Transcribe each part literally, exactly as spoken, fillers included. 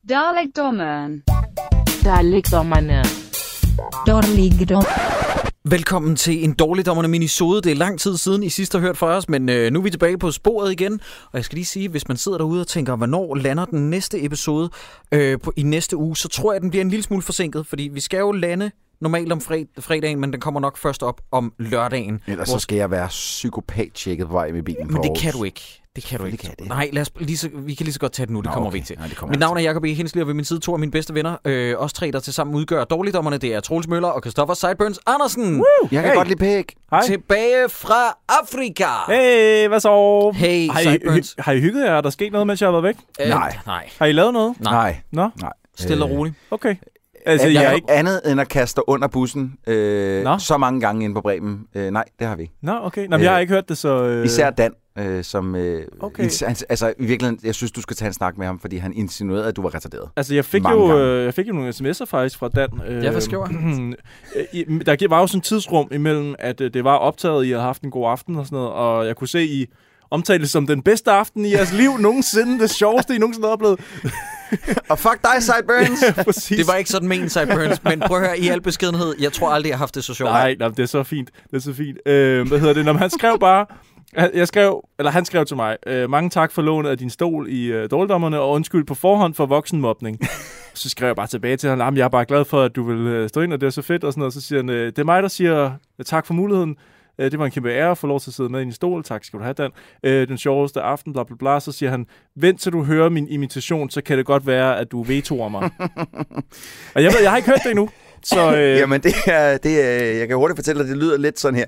Dalekdommeren. Dalekdommerne. Dårligdom. Velkommen til en dårligdommerne minisode. Det er lang tid siden, I sidst har hørt fra os, men øh, nu er vi tilbage på sporet igen. Og jeg skal lige sige, hvis man sidder derude og tænker, hvornår lander den næste episode øh, på, i næste uge, så tror jeg, at den bliver en lille smule forsinket, fordi vi skal jo lande normalt om fred- fredagen, men den kommer nok først op om lørdagen. Ellers hvor... så skal jeg være psykopat-tjekket på vej med bilen på Men det Aarhus. kan du ikke. Det kan du ikke. Kan det. Nej, lad os lige så, vi kan lige så godt tage det nu. Det Nå, kommer okay. vi ikke til. Nej, det kommer Mit navn er til. Jacob E. Hensli, og ved min side to af mine bedste venner. Øh, os tre, der tilsammen udgør dårligdommerne. Det er Troels Møller og Christoffer Sideburns Andersen. Woo! Jeg kan Hey. godt lide pæk. Hej. Tilbage fra Afrika. Hey, hvad så? Hey, har I, Sideburns. hy- har I hygget jer? Er der sket noget, mens jeg har været væk? Øh, Nej. Nej. Har I lavet noget? Nej. Nej. Nå, Nej. Stille og roligt. okay. Altså, Jeg jeg har er ikke ikke... andet end at kaste dig under bussen øh, Nå. så mange gange inde på Bremen. Øh, nej, det har vi ikke. Nå, okay. Nå, men jeg har ikke hørt det, så... Øh... Især Dan, øh, som... Øh, Okay. ins- han, altså, i virkeligheden, jeg synes, du skal tage en snak med ham, fordi han insinuerede, at du var retarderet. Altså, jeg fik, Mange jo, gange. øh, jeg fik jo nogle sms'er faktisk fra Dan. Øh, Ja, hvad skriver I- Der var jo sådan et tidsrum imellem, at øh, det var optaget, I havde haft en god aften og sådan noget, og jeg kunne se, I omtale det som den bedste aften i jeres liv nogensinde, det sjoveste, I nogensinde har oplevet. Og fuck dig, Sideburns! Præcis. Det var ikke sådan ment, Sideburns, men prøv at høre, i al beskedenhed, jeg tror aldrig, jeg har haft det så sjovt. Nej, nej, det er så fint. Det er så fint. Øh, hvad hedder det? Når han skrev bare... Jeg skrev, eller han skrev til mig, øh, mange tak for lånet af din stol i øh, dårligdommerne, og undskyld på forhånd for voksenmobning. Så skrev jeg bare tilbage til ham, jeg er bare glad for, at du vil øh, stå ind, og det er så fedt, og sådan noget. Så siger han, øh, det er mig, der siger øh, tak for muligheden. Øh, det var en kæmpe ære at få lov til at sidde med i din stol. Tak skal du have, Dan. Øh, den sjoveste aften, bla bla bla. Så siger han, vent til du hører min imitation, så kan det godt være, at du vetoer mig. Og jeg ved, jeg har ikke hørt det endnu. Så, øh, Jamen, det er, det er, jeg kan hurtigt fortælle dig, det lyder lidt sådan her.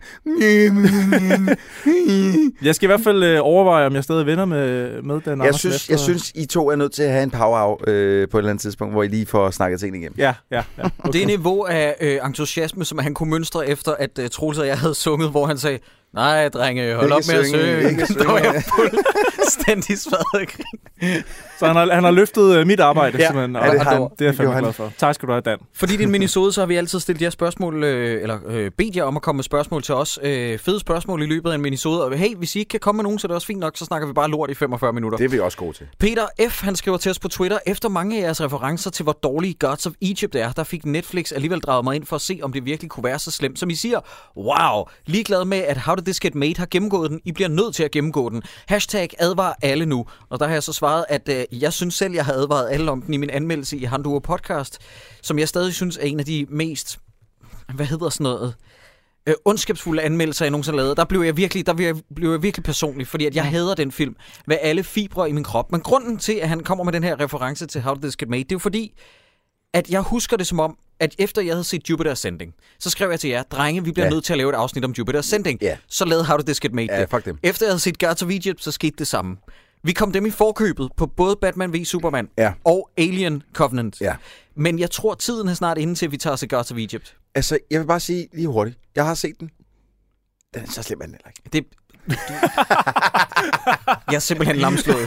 jeg skal i hvert fald øh, overveje, om jeg stadig venner med, med den Jeg synes, jeg synes, I to er nødt til at have en power øh, på et eller andet tidspunkt, hvor I lige får snakket tingene igennem. Ja, ja, ja. Okay. Det niveau af øh, entusiasme, som han kunne mønstre efter, at øh, Troels og jeg havde sunget, hvor han sagde, nej, drenge, hold Ikke op med at synge, synge. ikke Der var synge. jeg fuldstændig sværet af grin. Så han har, han har løftet uh, mit arbejde, Ja. simpelthen. Ja, det har han. det er jeg Det gjorde fandme han. glad for. Tak skal du have, Dan. Fordi det er en minisode, så har vi altid stillet jer spørgsmål, øh, eller øh, bedt jer om at komme med spørgsmål til os. Øh, fede spørgsmål i løbet af en minisode. Og hey, hvis I ikke kan komme med nogen, så er det også fint nok, så snakker vi bare lort i femogfyrre minutter. Det er vi også gode til. Peter F., han skriver til os på Twitter, efter mange af jeres referencer til, hvor dårlige Gods of Egypt er, der fik Netflix alligevel draget mig ind for at se, om det virkelig kunne være så slemt, som I siger. Wow! Ligeglad med, at How Did This Get Made har gennemgået den. I bliver nødt til at gennemgå den. Hashtag advar alle nu. Og der har jeg så svaret, at øh, jeg synes selv, jeg har advaret alle om den i min anmeldelse i Handuo Podcast, som jeg stadig synes er en af de mest, hvad hedder sådan noget, øh, ondskabsfulde anmeldelser, jeg nogensinde har lavet. Der blev jeg virkelig, der blev jeg, blev jeg virkelig personlig, fordi at jeg hader den film med alle fibre i min krop. Men grunden til, at han kommer med den her reference til How Did This Get Made, det er jo fordi, at jeg husker det som om, at efter jeg havde set Jupiter Ascending, så skrev jeg til jer, drenge, vi bliver Ja. nødt til at lave et afsnit om Jupiter Ascending. Ja. Så lavede How Did This Get Made Ja, det. fuck dem. Efter jeg havde set Gods of Egypt, så skete det samme. Vi kom dem i forkøbet på både Batman v Superman Ja. og Alien Covenant. Ja. Men jeg tror, tiden er snart inde til, at vi tager os Gods of Egypt. Altså, jeg vil bare sige lige hurtigt. Jeg har set den. Den er så slem, er den heller ikke. Det... jeg er simpelthen lamslået.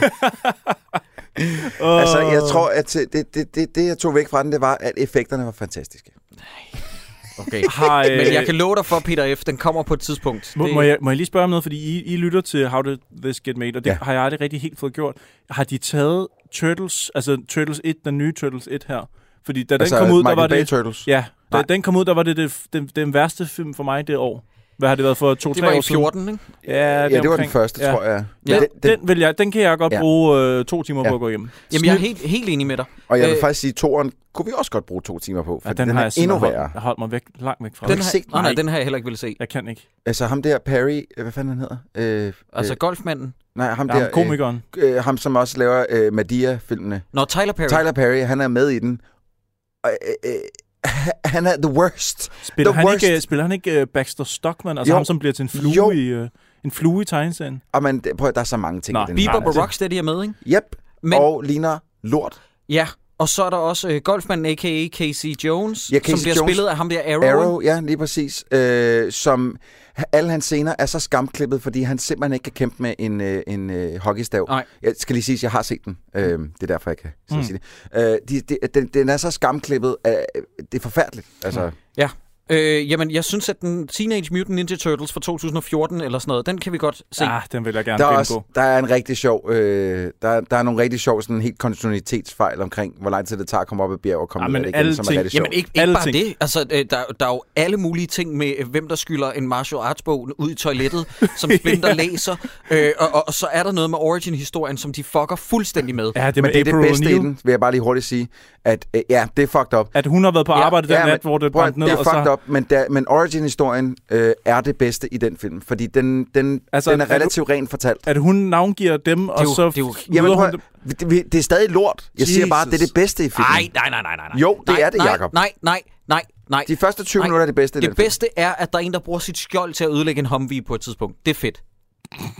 Oh. Altså, jeg tror, at det, det, det, det, jeg tog væk fra den, det var, at effekterne var fantastiske. Okay. Har, øh, Men jeg kan love dig for, Peter F., den kommer på et tidspunkt. Må, Det- må, jeg, må jeg lige spørge om noget, fordi I, I lytter til How Did This Get Made, og det Ja. har jeg aldrig rigtig helt fået gjort. Har de taget Turtles, altså Turtles et, den nye Turtles et her? Fordi da den Altså, kom ud, der Michael var Bay det... Turtles. Ja, da Nej. den kom ud, der var det, det den, den værste film for mig det år. Hvad har det været for to-tre det var år i fjorten, ikke? siden? Ja, Ja, det var omkring. den første, Ja. tror jeg. Ja. Men Den, den, den, den, vil jeg, den kan jeg godt Ja. bruge øh, to timer Ja. på at gå hjem. Jamen, jeg er helt, helt enig med dig. og jeg vil Øh, faktisk sige, toeren kunne vi også godt bruge to timer på, for Ja, den, den har er jeg endnu simpelthen værre. holdt, holdt mig væk, langt væk fra. Den Den ikke har, set den? nej, nej, Nej. den har jeg heller ikke ville se. Jeg kan ikke. Altså ham der, Perry, øh, hvad fanden han hedder? Øh, Altså øh, golfmanden. nej, ham Ja, der, ham, komikeren. øh, øh, ham som også laver øh, Madea-filmene. Nå, Tyler Perry. Tyler Perry, han er med i den. Og, øh, øh, han er the worst. Spiller The han, worst. ikke, spiller han ikke uh, Baxter Stockman? Altså Jo. ham, som bliver til en flue Jo. i, uh, en flue i tegneserien? Og man, prøv, der er så mange ting Nå, i den. Bieber Nej, på altså- Rocksteady er med, ikke? Yep, Men, og ligner lort. ja, og så er der også øh, golfmanden, a k a. Casey Jones, Ja, Casey som bliver Jones. spillet af ham der Arrow. Arrow, ja, lige præcis. Øh, som alle hans scener er så skamklippet, fordi han simpelthen ikke kan kæmpe med en, øh, en øh, hockeystav. Nej. Jeg skal lige sige, at jeg har set den. Øh, det er derfor, jeg kan Mm. mm. sige det. Øh, de, de, den, den er så skamklippet, øh, det er forfærdeligt. Altså, Ja. Øh, jamen, jeg synes, at den Teenage Mutant Ninja Turtles fra to tusind og fjorten eller sådan noget, den kan vi godt se. Ja, den vil jeg gerne Der er, gennemgå. også, der er en rigtig sjov, øh, der, der er nogle rigtig sjov sådan helt kontinuitetsfejl omkring, hvor lang tid det tager at komme op ad bjerg og komme Ja, ud men af det alle igen, som er ting- rigtig sjov. Jamen ikke, ikke Alle bare ting. det. Altså, øh, der, der er jo alle mulige ting med, øh, hvem der skylder en martial arts bog ud i toilettet, som Splinter læser. Øh, og, og, og så er der noget med origin-historien, som de fucker fuldstændig med. Ja, det Men med det er det April bedste i O'Neil. den, vil jeg bare lige hurtigt sige, at øh, ja, det er fucked up. At hun har været på Ja, arbejde den Ja, nat, men hvor det prøv at- brændte ned. det er og fucked så... up, men, der, men origin-historien øh, er det bedste i den film, fordi den, den, Altså, altså, den er er du- relativt rent fortalt. At hun navngiver dem, og jo- så det er jo- Jamen, møder prøv, hun dem. at- det, det er stadig lort. Jeg siger bare, at det er det bedste i filmen. Nej, nej, nej, nej, nej. nej. Jo, det nej, er det, nej, Jacob. Nej, nej, nej, nej. De første tyve Nej. minutter er det bedste i den Det bedste er, at der er en, der bruger sit skjold til at ødelægge en Humvee på et tidspunkt. Det er fedt. film.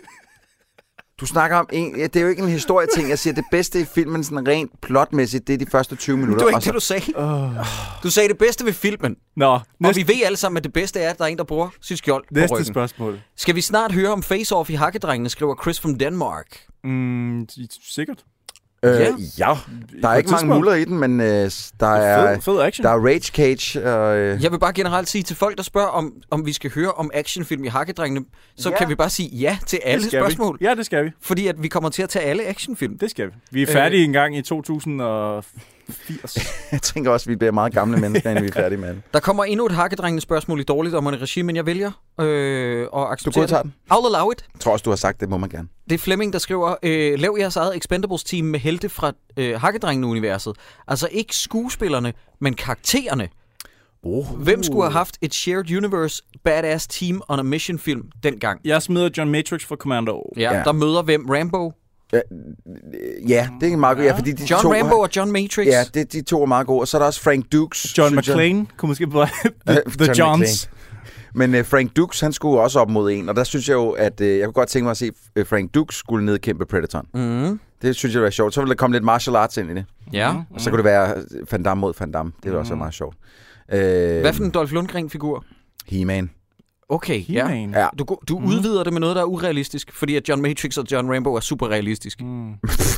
Du snakker om en... Ja, det er jo ikke en historieting. Jeg siger, det bedste i filmen, sådan rent plotmæssigt, det er de første tyve minutter. Det var ikke og så- det, du sagde. Du sagde det bedste ved filmen. Nå, Og næste, vi ved alle sammen, at det bedste er, at der er en, der bruger sit skjold på næste ryggen. spørgsmål. Skal vi snart høre om Face-Off i Hakkedrengene, skriver Chris from Denmark. Mm, sikkert. Øh, Ja. ja, der er På ikke et mange tidspunkt. muller i den, men øh, der er... Fed, fed action. Der er Rage Cage, og... Øh, Jeg vil bare generelt sige til folk, der spørger, om, om vi skal høre om actionfilm i Hakkedrengene, så Ja. kan vi bare sige ja til alle Det skal spørgsmål. Vi. Ja, det skal vi. Fordi at vi kommer til at tage alle actionfilm. Det skal vi. Vi er færdige øh. en gang i to tusind og firs. jeg tænker også, at vi bliver meget gamle mennesker, inden vi er færdige med den. Der kommer endnu et Hakkedrengene spørgsmål i dårligt om en regi, men jeg vælger øh, at Du acceptere godtager det. den? I'll allow it. Jeg tror også, du har sagt, det må man gerne. Det er Flemming, der skriver, øh, lav jeres eget Expendables-team med helte fra øh, Hakkedrengene-universet. Altså ikke skuespillerne, men karaktererne. Oh. Hvem skulle have haft et shared universe badass team on a mission film dengang? Jeg smider John Matrix fra Commando. Ja, Ja. der møder hvem? Rambo? Ja, ja, det er meget godt. Ja, fordi de John to, Rambo og John Matrix? Ja, det, de to er meget gode. Og så er der også Frank Dukes. John synes jeg. McClane kunne måske blive The, Øh, the John Johns. Men uh, Frank Dukes, han skulle også op mod en. Og der synes jeg jo, at uh, jeg kunne godt tænke mig at se uh, Frank Dukes skulle nedkæmpe Predator. Mm. Det synes jeg ville være sjovt. Så ville der komme lidt martial arts ind i det. Ja. Mm. Og så kunne det være Van Damme mod Van Damme. Det ville også være meget sjovt. Uh, Hvad for en Dolph Lundgren-figur? He-Man. Okay, ja. He-Man. Ja. Du, du udvider det med noget, der er urealistisk, fordi at John Matrix og John Rambo er super realistisk. Mm.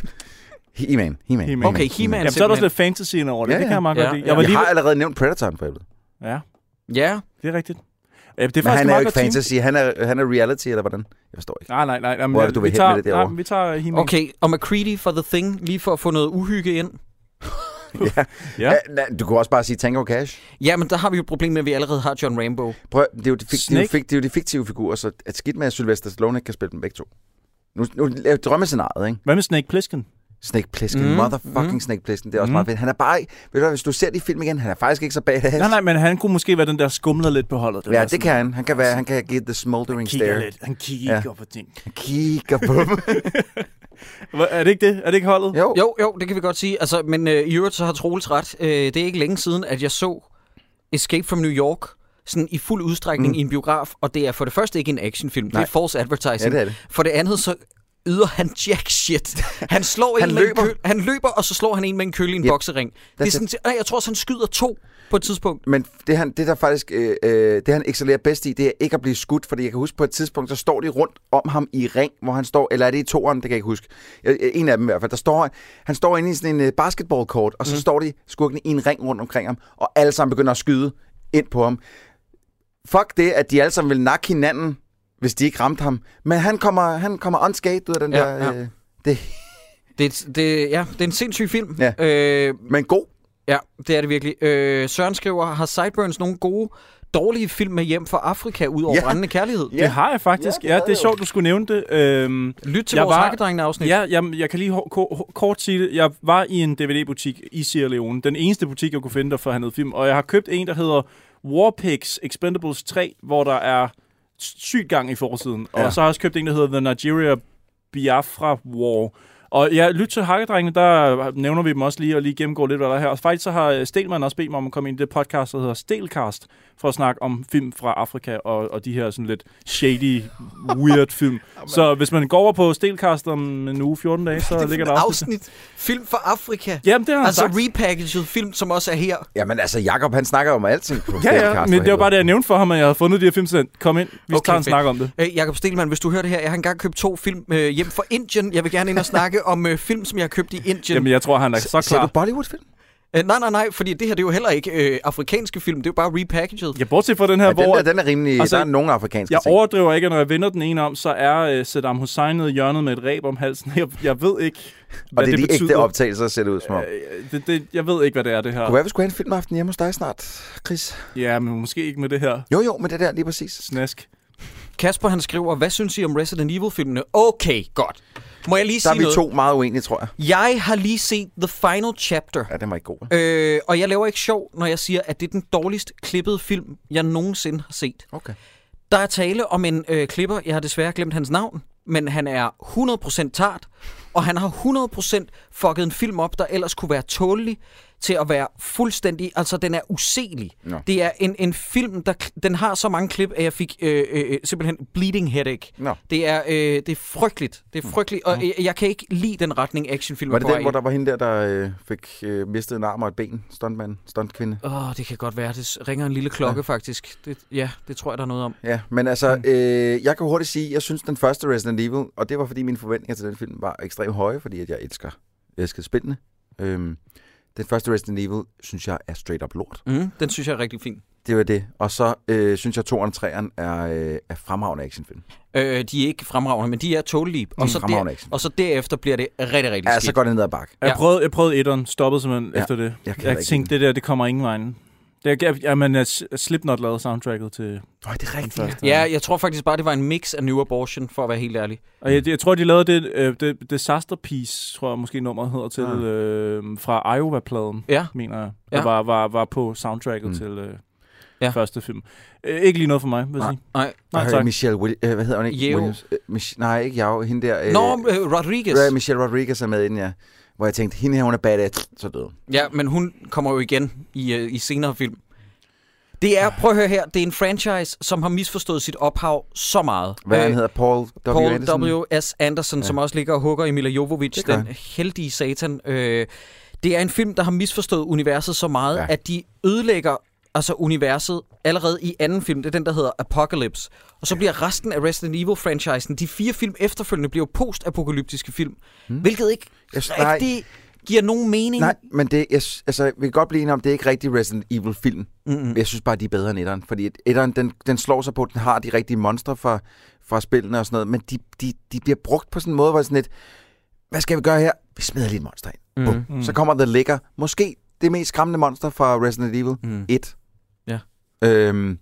He-Man. He-Man. He-Man. Okay, He-Man Jamen, så er der også lidt fantasy ind over det. Ja, Det kan ja. jeg meget Ja, godt lide. ja. Jeg var Jeg lige... har allerede nævnt Predator på det. Ja, Ja, det er rigtigt. Ja, det er Men faktisk han et er jo meget ikke godt team. fantasy. Han er, han er reality, eller hvordan? Jeg forstår ikke. Nej, nej, nej. Jamen, Hvor er det, du vi vil hen tager, med det derovre? nej, vi tager He-Man. okay. Og McCready for The Thing, lige for at få noget uhygge ind. ja. Ja. Ja, du kunne også bare sige Tango Cash. Ja, men der har vi jo et problem med, at vi allerede har John Rambo. Prøv, det er jo de, fik, det er jo Snake. fik, det er jo de fiktive figurer, så at skidt med, at Sylvester Stallone ikke kan spille dem begge to. Nu, nu lav drømmescenariet, ikke? Hvad med Snake Plissken? Snake Plissken, Mm, mm, motherfucking mm. Snake Plissken, det er også Mm. mm. meget fedt. Han er bare ikke, ved du hvad, hvis du ser de film igen, han er faktisk ikke så badass. Nej, nej, men han kunne måske være den der skumler lidt på holdet. Ja, det kan han. Han kan, være, han kan give the smoldering Kigger stare. lidt. Han kigger Ja. på ting. Han kigger på dem. Hvad- Er det ikke det? Er det ikke holdet? jo. Jo, jo, det kan vi godt sige. Altså, men øh, i øvrigt så har Troels ret. Øh, det er ikke længe siden, at jeg så Escape from New York sådan i fuld udstrækning mm. i en biograf, og det er for det første ikke en actionfilm. Nej. Nej. Det er false advertising. Ja, det er det. For det andet så yder han jack shit. Han slår Han en med løber. en køl, han løber, og så slår han en med en kølle i en Yep. boksering. Det er That's sådan, øh, jeg tror også, han skyder to på et tidspunkt. Men det, han, det der faktisk, øh, øh, det han excellerer bedst i, det er ikke at blive skudt, fordi jeg kan huske på et tidspunkt, så står de rundt om ham i ring, hvor han står, eller er det i toeren, det kan jeg ikke huske. Jeg- En af dem i hvert fald, der står, han står inde i sådan en uh, basketballcourt, og så mm. står de skurkene i en ring rundt omkring ham, og alle sammen begynder at skyde ind på ham. Fuck det, at de alle sammen vil nakke hinanden, hvis de ikke ramte ham. Men han kommer, han kommer unscathed ud af den Ja, der... ja. Øh, det, Det, det, ja, det er en sindssyg film. Ja. Øh, men god. ja, det er det virkelig. Øh, Søren skriver, har Sideburns nogle gode, dårlige film med hjem fra Afrika ud over Ja. brændende kærlighed? Det har jeg faktisk. Ja, det Ja, havde det er jeg sjovt, du skulle nævne det. Øhm, Lyt til Jeg vores var- Hakkedrengene-afsnit. ja, jeg, jeg kan lige ho- ko- kort sige det. Jeg var i en D V D-butik i Sierra Leone. Den eneste butik, jeg kunne finde, der forhandlede film. Og jeg har købt en, der hedder Warpigs Expendables tre, hvor der er sygt gang i forsiden. Ja. Og så har jeg også købt en, der hedder The Nigeria Biafra War. Og ja, lyt til Hakkedrengene, der nævner vi dem også lige, og lige gennemgår lidt, hvad der er her. Og faktisk så har Stelman også bedt mig om at komme ind i det podcast, der hedder Stelcast, for at snakke om film fra Afrika, og, og de her sådan lidt shady, weird film. Så hvis man går over på Stelcast om en uge, fjorten dage, så det er ligger et der afsnit. afsnit. Film fra Afrika. Jamen, det har han Altså sagt. repackaged film, som også er her. Jamen altså, Jacob han snakker jo om alting på Ja, ja, Stelcast, men for det var bare det, helvede. jeg nævnte for ham, at jeg havde fundet de her film, så kom ind, vi Okay, tager en fedt. snak om det. Øh, Jakob Stelman, hvis du hører det her, jeg har engang købt to film øh, hjem fra Indien. Jeg vil gerne ind og snakke om øh, film, som jeg har købt i Indien. Jamen, jeg tror, han er så Ser klar. du Bollywood-film? Uh, nej, nej, nej, fordi det her det er jo heller ikke øh, afrikanske film, det er jo bare repackaged. Ja, bortset fra den her, Ja, hvor... den, der, den er rimelig... Altså, der er nogle afrikanske Jeg ting. overdriver ikke, at når jeg vender den ene om, så er uh, Saddam Hussein nede i hjørnet med et ræb om halsen. Jeg, jeg ved ikke, hvad Og det er det de betyder. ægte optagelser, ser det ud som om. Uh, det, det, jeg ved ikke, hvad det er, det her. Kunne være, vi skulle have en filmaften hjemme hos dig snart, Chris? Ja, men måske ikke med det her Jo, jo, med det der lige præcis. snask. Kasper, han skriver, hvad synes I om Resident Evil-filmene? Okay, godt. Må jeg lige Der er sige vi noget? to meget uenige, tror jeg. Jeg har lige set The Final Chapter. Ja, den var ikke god. Øh, og jeg laver ikke sjov, når jeg siger, at det er den dårligst klippede film, jeg nogensinde har set. Okay. Der er tale om en øh, klipper, jeg har desværre glemt hans navn, men han er hundrede procent tart, og han har hundrede procent fucket en film op, der ellers kunne være tålelig, til at være fuldstændig, altså den er uselig. Nå. Det er en, en film, der den har så mange klip, at jeg fik øh, øh, simpelthen bleeding headache. Nå. Det er, øh, det er frygteligt, det er frygteligt, og jeg, jeg kan ikke lide den retning actionfilm. Var det den, hvor der var hende der, der øh, fik øh, mistet en arm og et ben? Stuntmand, stuntkvinde? Åh, oh, det kan godt være. Det ringer en lille klokke, ja. faktisk. Det, ja, det tror jeg, der er noget om. Ja, men altså, mm. øh, jeg kan hurtigt sige, at jeg synes, den første Resident Evil, og det var fordi mine forventninger til den film var ekstremt høje, fordi at jeg elsker, jeg elsker spændende. Øhm, den første Resident Evil, synes jeg, er straight up lort. Mm, den synes jeg er rigtig fin. Det var det. Og så øh, synes jeg, toeren og treeren er, øh, er fremragende actionfilm. Øh, de er ikke fremragende, men de er tålige. Og, så der, og så derefter bliver det rigtig, rigtig ja, skidt. så går det ned ad bakke. Jeg prøvede, jeg prøvede etteren, stoppede simpelthen Ja, efter det. jeg kan Jeg, ikke tænkte, det der, det kommer ingen vejen. Det er, jamen, jeg Slipknot lavede soundtracket til Øj, det er den rigtigt. første. Ja, jeg tror faktisk bare, det var en mix af New Abortion, for at være helt ærlig. Og jeg, jeg tror, de lavede det, øh, det Disaster Piece, tror jeg måske nummeret hedder til, Ah. øh, fra Iowa-pladen, Ja. mener jeg. Ja. Der var, var, var på soundtracket Mm. mm. til øh, Ja. første film. Øh, ikke lige noget for mig, vil jeg sige. Nej. Nej, Nej, tak. Michelle Will, øh, hvad hedder hun ikke? Yeo. Williams, øh, Mich- nej, ikke jeg, hende der. Øh, Nå, øh, Rodriguez. Ja, Michelle Rodriguez er med inden, ja. Hvor jeg tænkte, hende her, hun er badass, så død. Ja, men hun kommer jo igen i, øh, i senere film. Det er, prøv at høre her, det er en franchise, som har misforstået sit ophav så meget. Hvad Øh, han hedder? Paul W. Paul Anderson? W. S. Anderson, ja. Ja. som også ligger og hugger i Mila Jovovich, Det gør den han. heldige satan. Øh, det er en film, der har misforstået universet så meget, ja. Ja. at de ødelægger altså universet allerede i anden film. Det er den, der hedder Apocalypse. Og så bliver resten af Resident Evil-franchisen, de fire film efterfølgende, bliver jo post-apokalyptiske film. Hmm. Hvilket ikke Jeg s- nej. rigtig giver nogen mening. Nej, men det, jeg, s- altså, vi kan godt blive enige om, det er ikke rigtig Resident Evil-film. Mm-hmm. Jeg synes bare, de er bedre end etteren. Fordi et- etteren, den, den slår sig på, den har de rigtige monstre fra, fra spillene og sådan noget, men de, de, de bliver brugt på sådan en måde, hvor det er sådan lidt, hvad skal vi gøre her? Vi smider lige et monster ind. Mm. Mm. Så kommer The Licker. Måske det mest skræmmende monster fra Resident Evil Mm. et. Ja. Øhm,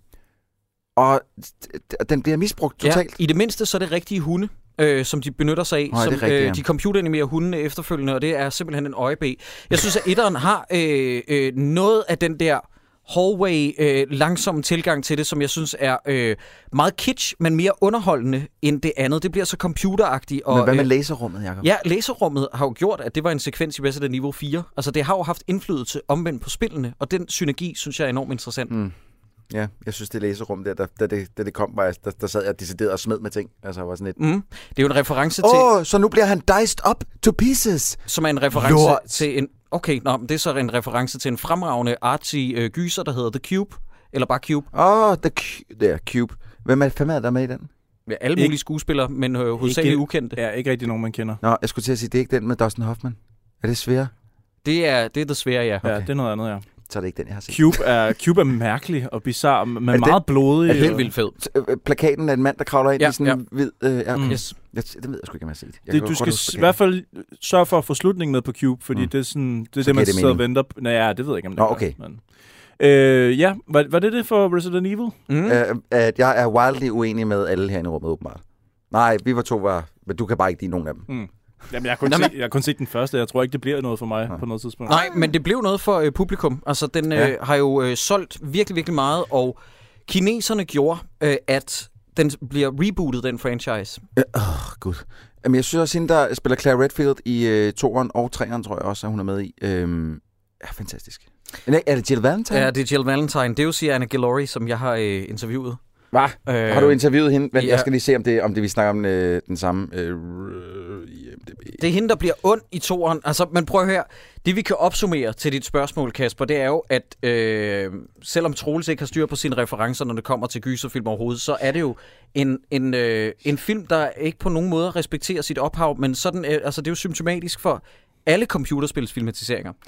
og d- d- den bliver misbrugt totalt. Ja, i det mindste så er det rigtige hunde, øh, som de benytter sig af. Nej, som, det er rigtigt, øh, ja. de computeranimerer hundene efterfølgende, og det er simpelthen en øjeb. Jeg synes, at etteren har øh, øh, noget af den der hallway, øh, langsomme tilgang til det, som jeg synes er øh, meget kitsch, men mere underholdende end det andet. Det bliver så computeragtigt. Og, Men hvad med øh, laserrummet, Jacob? Ja, laserrummet har jo gjort, at det var en sekvens i Resident Evil fire. Altså, det har jo haft indflydelse omvendt på spillene, og den synergi, synes jeg er enormt interessant. Mm. Ja, jeg synes, det laserrum der, da, da, det, da det kom, var jeg, der, der sad jeg decideret og smed med ting. Altså, var sådan et... Mm. Det er jo en reference Åh, til... oh, så nu bliver han diced up to pieces. Som er en reference Lort. til en... Okay, nå, men det er så en reference til en fremragende artsy øh, gyser, der hedder The Cube. Eller bare Cube. Åh, oh, the cu- der, Cube. Hvem er fandme er der med i den? Ja, alle mulige skuespillere, men øh, hovedsageligt Ikke- ukendte. Ja, ikke rigtig nogen, man kender. Nå, jeg skulle til at sige, det er ikke den med Dustin Hoffman. Er det svære? Det er det er desværre, ja. Ja, det er noget andet, ja. Så er det ikke den, jeg har set. Cube er, Cube er mærkelig og bizarre, men Er det meget blodig. Er helt og- vildt fed. Så, øh, Plakaten af en mand, der kravler ind Ja, i sådan en hvid... Øh, ja, okay. Mm. Yes. jeg, det ved jeg sgu ikke, om jeg har set. Jeg Det, kan du godt skal huske s- i plakaten. hvert fald sørge for at få slutningen med på Cube, fordi Mm. det er sådan, det, er Så det man giver det sidder og mening. venter på. Nej, ja, det ved jeg ikke, om det Nå, gør, okay. Men. Øh, ja, var, var det det for Resident Evil? Mm. Øh, at jeg er wildly uenig med alle herinde i rummet, åbenbart. Nej, vi var to var... Men du kan bare ikke lide nogen af dem. Mm. Jamen, jeg har, kun Nå, set, jeg har kun set den første. Jeg tror ikke, det bliver noget for mig Nej. på noget tidspunkt. Nej, men det blev noget for øh, publikum. Altså, den øh, Ja. har jo øh, solgt virkelig, virkelig meget, og kineserne gjorde, øh, at den bliver rebootet, den franchise. Åh, oh, gud. Jamen, jeg synes også, hende, der spiller Claire Redfield i øh, toeren og treeren, tror jeg også, at hun er med i. Øhm, ja, fantastisk. Men er det Jill Valentine? Ja, det er Jill Valentine. Det er jo Sienna Guillory, som jeg har øh, interviewet. Hvad? Øh, Har du interviewet hende? Men ja. jeg skal lige se, om det, om det vi snakker om øh, den samme... Øh, I M D B. Det er hende, der bliver ond i toeren. Altså, men prøv at høre. Det, vi kan opsummere til dit spørgsmål, Kasper, det er jo, at øh, selvom Troels ikke har styr på sine referencer, når det kommer til gyserfilm overhovedet, så er det jo en, en, øh, en film, der ikke på nogen måde respekterer sit ophav, men sådan, øh, altså, det er jo symptomatisk for alle computerspilsfilmatiseringer.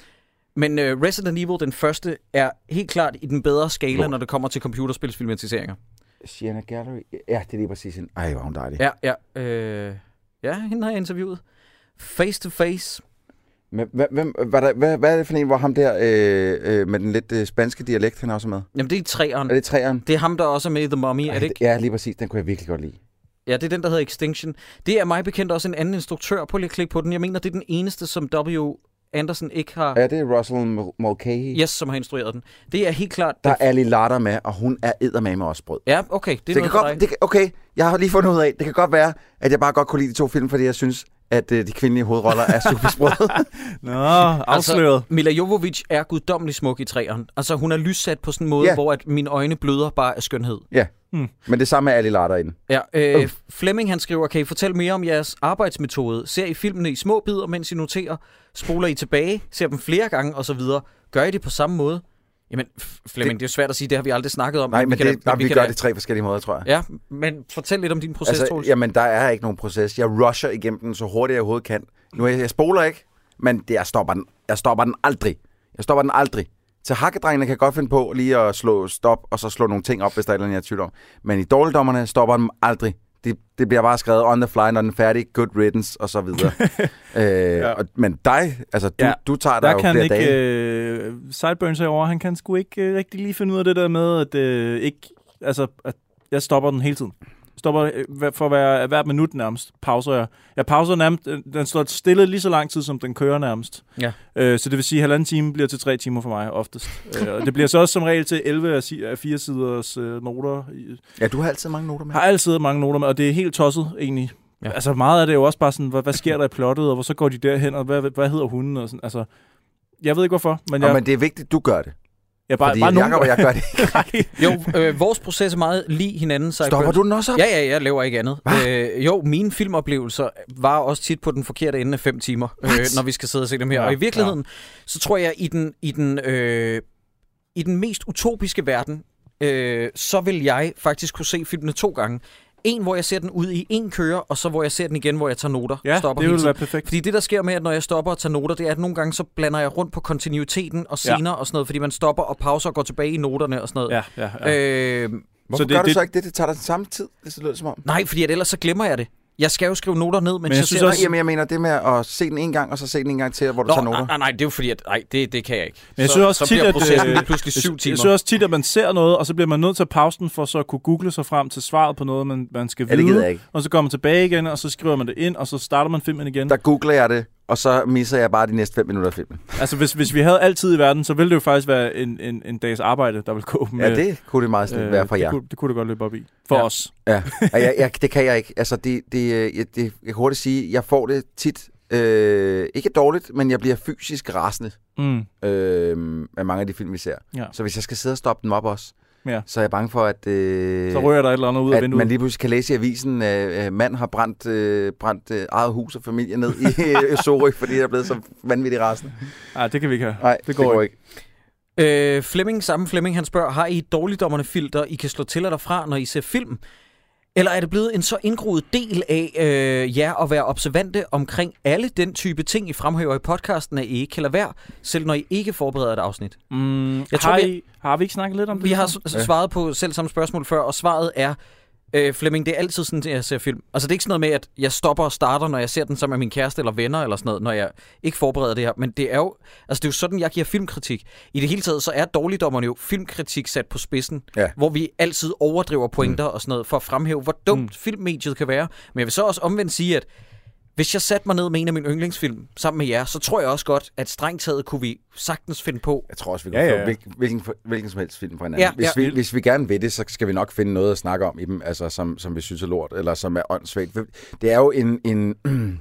Men uh, Resident Evil, den første, er helt klart i den bedre skala, Lort. Når det kommer til computerspilsfilmatiseringer. Sienna Gallery. Ja, det er lige præcis en... Ej, hvor hun dejlig. Ja, ja. Øh... Ja, hende har jeg interviewet. Face to face. Men, hvem, hvad, der, hvad, hvad er det for en, hvor ham der øh, øh, med den lidt øh, spanske dialekt, han er også med? Jamen, det er træeren. Er det træeren? Det er ham, der også er med i The Mummy, Ej, er det ikke? Ja, lige præcis. Den kunne jeg virkelig godt lide. Ja, det er den, der hedder Extinction. Det er mig bekendt også en anden instruktør. Prøv lige at klikke på den. Jeg mener, det er den eneste, som W. Anderson ikke har... Ja, det er Russell Mulcahy. Yes, som har instrueret den. Det er helt klart... Der er Ali Larter med, og hun er eddermame også brød. Ja, okay. Det er det kan godt, det kan, okay, jeg har lige fundet ud af, det kan godt være, at jeg bare godt kunne lide de to film, fordi jeg synes, at øh, de kvindelige hovedroller er super sprøde. Nå, afsløret. Altså, Mila Jovovich er guddommelig smuk i træeren. Altså, hun er lyssat på sådan en måde, yeah. hvor at mine øjne bløder bare af skønhed. Ja, yeah. hmm. Men det samme er Ali Larter i den. Ja, øh, uh. Fleming han skriver, kan I fortælle mere om jeres arbejdsmetode? Ser I filmene i små bidder, mens I noterer? Spoler I tilbage? Ser dem flere gange? Og så videre. Gør I det på samme måde? Jamen, Flemming, det, det er jo svært at sige, det har vi aldrig snakket om. Nej, men, men vi, det, da, vi, vi gør da, det tre forskellige måder, tror jeg. Ja, men fortæl lidt om din proces, altså, Troels. Jamen, der er ikke nogen proces. Jeg rusher igennem den så hurtigt, jeg overhovedet kan. Nu jeg, jeg spoler ikke, men det, jeg, stopper den. jeg stopper den aldrig. Jeg stopper den aldrig. Til hakkedrengene kan jeg godt finde på lige at slå stop, og så slå nogle ting op, hvis der er noget, jeg er tvivl om. Men i dårligdommerne stopper den aldrig. Det, det bliver bare skrevet on the fly, når den er færdig, good riddance, og så videre. øh, ja. og, men dig, altså du, ja. du tager dig jo flere ikke, dage. Øh, Sideburns herovre, han kan sgu ikke øh, rigtig lige finde ud af det der med, at, øh, ikke, altså, at jeg stopper den hele tiden. Stopper øh, for at være hver minut nærmest, pauser jeg. Jeg pauser nærmest, den står stille lige så lang tid, som den kører nærmest. Ja. Øh, så det vil sige, at halvanden time bliver til tre timer for mig oftest. øh, og det bliver så også som regel til elleve af fire siders øh, noter. Ja, du har altid mange noter med. Har altid mange noter med, og det er helt tosset egentlig. Ja. Altså meget af det er jo også bare sådan, hvad, hvad sker der i plottet, og hvor så går de derhen, og hvad, hvad hedder hunden, og sådan. Altså, jeg ved ikke hvorfor. Men, jeg... ja, men det er vigtigt, du gør det. Ja, bare, Fordi bare Jacob og jeg gør det ikke. Jo, øh, vores proces er meget lige hinanden. Stopper du den også op? Ja, ja, jeg laver ikke andet. Øh, jo, mine filmoplevelser var også tit på den forkerte ende af fem timer, øh, når vi skal sidde og se dem her. Ja, og i virkeligheden, ja. så tror jeg, i den, i den, øh, i den mest utopiske verden, øh, så vil jeg faktisk kunne se filmene to gange. En, hvor jeg ser den ud i en køre, og så hvor jeg ser den igen, hvor jeg tager noter. Ja, stopper det vil være perfekt. Fordi det, der sker med, at når jeg stopper og tager noter, det er, at nogle gange så blander jeg rundt på kontinuiteten og scener ja. og sådan noget, fordi man stopper og pauser og går tilbage i noterne og sådan noget. Ja, ja, ja. Øh, Hvorfor så det, gør du det, så ikke det? Det tager dig samme tid, hvis det lyder som om. Nej, fordi at ellers så glemmer jeg det. Jeg skal jo skrive noter ned, men, men jeg, jeg synes også... Jamen, jeg mener det med at se den en gang, og så se den en gang til, hvor du Nå, tager noter. Nej, nej, det er jo fordi, at nej, det, det kan jeg ikke. Men jeg så, synes også så tit, bliver processen at, lige pludselig syv timer. Jeg synes også tit, at man ser noget, og så bliver man nødt til at pause den, for så at kunne google sig frem til svaret på noget, man, man skal vide. Ja, det gider jeg ikke. Og så går man tilbage igen, og så skriver man det ind, og så starter man filmen igen. Der googler jeg det, og så misser jeg bare de næste fem minutter af filmen. Altså, hvis, hvis vi havde altid i verden, så ville det jo faktisk være en, en, en dags arbejde, der ville gå med... Ja, det kunne det meget snart øh, være for det jer. Kunne, det kunne det godt løbe op i. For ja. os. Ja, og jeg, jeg, det kan jeg ikke. Altså, det, det, jeg, det, jeg kan hurtigt sige, jeg får det tit... Øh, ikke dårligt, men jeg bliver fysisk rasende mm. øh, af mange af de film, vi ser. Ja. Så hvis jeg skal sidde og stoppe dem op også, ja. så er jeg bange for, at... Øh, så rører der et eller andet ud af vinduet. At man lige pludselig kan læse i avisen, at øh, mand har brændt, øh, brændt øh, eget hus og familie ned i øh, Sorø, fordi der er blevet så vanvittigt rasende. Nej, det kan vi ikke have. Nej, det går, det går ikke. ikke. Øh, Flemming, samme Flemming, han spørger, har I et dårligdommerne filter, I kan slå til og derfra, når I ser film? Eller er det blevet en så indgroet del af øh, jer at være observante omkring alle den type ting, I fremhæver i podcasten, at I ikke kan lade være, selv når I ikke forbereder et afsnit? Mm, jeg har, tror, vi, I, har vi ikke snakket lidt om det? Vi har svaret på selv samme spørgsmål før, og svaret er, øh, Flemming, det er altid sådan, at jeg ser film. Altså det er ikke sådan noget med, at jeg stopper og starter, når jeg ser den sammen med min kæreste eller venner, eller sådan noget, når jeg ikke forbereder det her. Men det er jo, altså det er jo sådan, jeg giver filmkritik. I det hele taget, så er dårligdommerne jo filmkritik sat på spidsen, ja. hvor vi altid overdriver pointer mm. og sådan noget, for at fremhæve, hvor dumt mm. filmmediet kan være. Men jeg vil så også omvendt sige, at hvis jeg satte mig ned med en af mine yndlingsfilm sammen med jer, så tror jeg også godt, at strengt taget kunne vi sagtens finde på. Jeg tror også, vi kunne ja, ja. få hvilken, hvilken, hvilken som helst film fra hinanden. Ja, hvis, ja. vi, hvis vi gerne vil det, så skal vi nok finde noget at snakke om i dem, altså, som, som vi synes er lort, eller som er åndssvagt. Det er jo en... en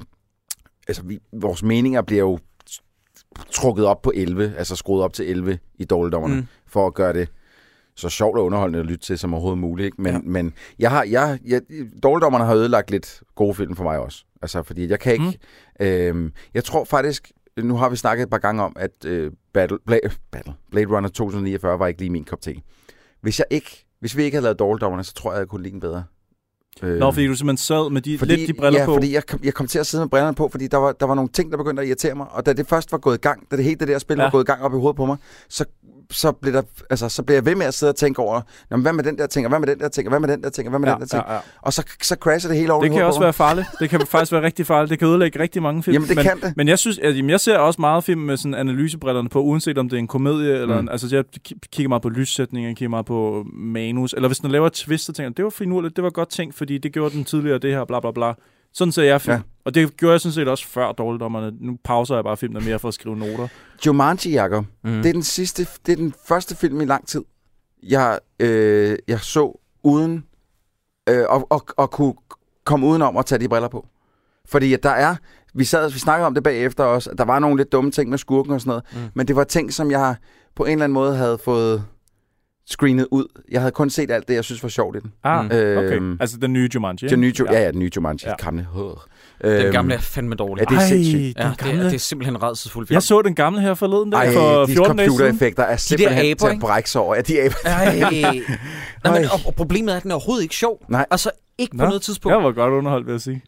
altså, vi, vores meninger bliver jo trukket op på elleve, altså skruet op til elleve i dårligdommerne, mm. for at gøre det så sjovt og underholdende at lytte til som overhovedet muligt. Ikke? Men, ja. men jeg har, jeg, jeg, dårligdommerne har ødelagt lidt gode film for mig også. Altså, fordi jeg kan ikke... Mm. Øh, jeg tror faktisk... Nu har vi snakket et par gange om, at øh, Battle, Blade, Battle, Blade Runner to tusind niogfyrre var ikke lige min kop te. Hvis jeg ikke... Hvis vi ikke havde lavet dårligdommerne, så tror jeg, jeg kunne lide den bedre. Øh, Nå, fordi du simpelthen sad med de, fordi, lidt de briller ja, på. Ja, fordi jeg kom, jeg kom til at sidde med brillerne på, fordi der var, der var nogle ting, der begyndte at irritere mig. Og da det først var gået i gang, da det hele det der spil ja. var gået i gang op i hovedet på mig, så, så, blev der, altså, så blev jeg ved med at sidde og tænke over, hvad med den der ting, og hvad med den der ting, og hvad med den der ting, og hvad med ja, den der ting. Ja, ja. Og så, så crasher det hele over det i kan hovedet også være farligt. Det kan faktisk være rigtig farligt. Det kan ødelægge rigtig mange film. Jamen, det men, kan det. Men jeg synes, at, jamen, jeg ser også meget film med sådan analysebrillerne på, uanset om det er en komedie, eller en, mm. altså jeg kigger meget på lyssætninger, jeg kigger meget på manus, eller hvis den laver et twist, så tænker jeg, det var finurligt, det var godt tænkt, fordi det gjorde den tidligere, det her, bla bla bla. Sådan ser jeg film. Ja. Og det gjorde jeg sådan set også før Dårligdommerne. Nu pauser jeg bare filmen mere for at skrive noter. Jumanji, Jacob. Mm. Det er den sidste, det er den første film i lang tid, jeg, øh, jeg så uden øh, og, og, og kunne komme udenom at tage de briller på. Fordi at der er, vi sad, vi snakkede om det bagefter også, at der var nogle lidt dumme ting med skurken og sådan noget, mm. men det var ting, som jeg på en eller anden måde havde fået screenet ud. Jeg havde kun set alt det, jeg synes var sjovt i den. Ah, okay. Øhm, altså den nye Jumanji, den nye, ja. ja, ja, den nye Jumanji. Ja. Gamle. Den gamle er fandme dårlig. Ja, det er sindssygt. Ja, det, er, det er simpelthen rædselsfuldt film. Jeg så den gamle her forleden, der Ej, for de fjorten dage siden. computereffekter er simpelthen aber, til at brække sig over. Ja, de aber. Ej. Nej, men, og, og problemet er, at den er overhovedet ikke sjov. Nej. Altså, ikke på Nå, noget tidspunkt. Jeg var godt underholdt, vil jeg sige.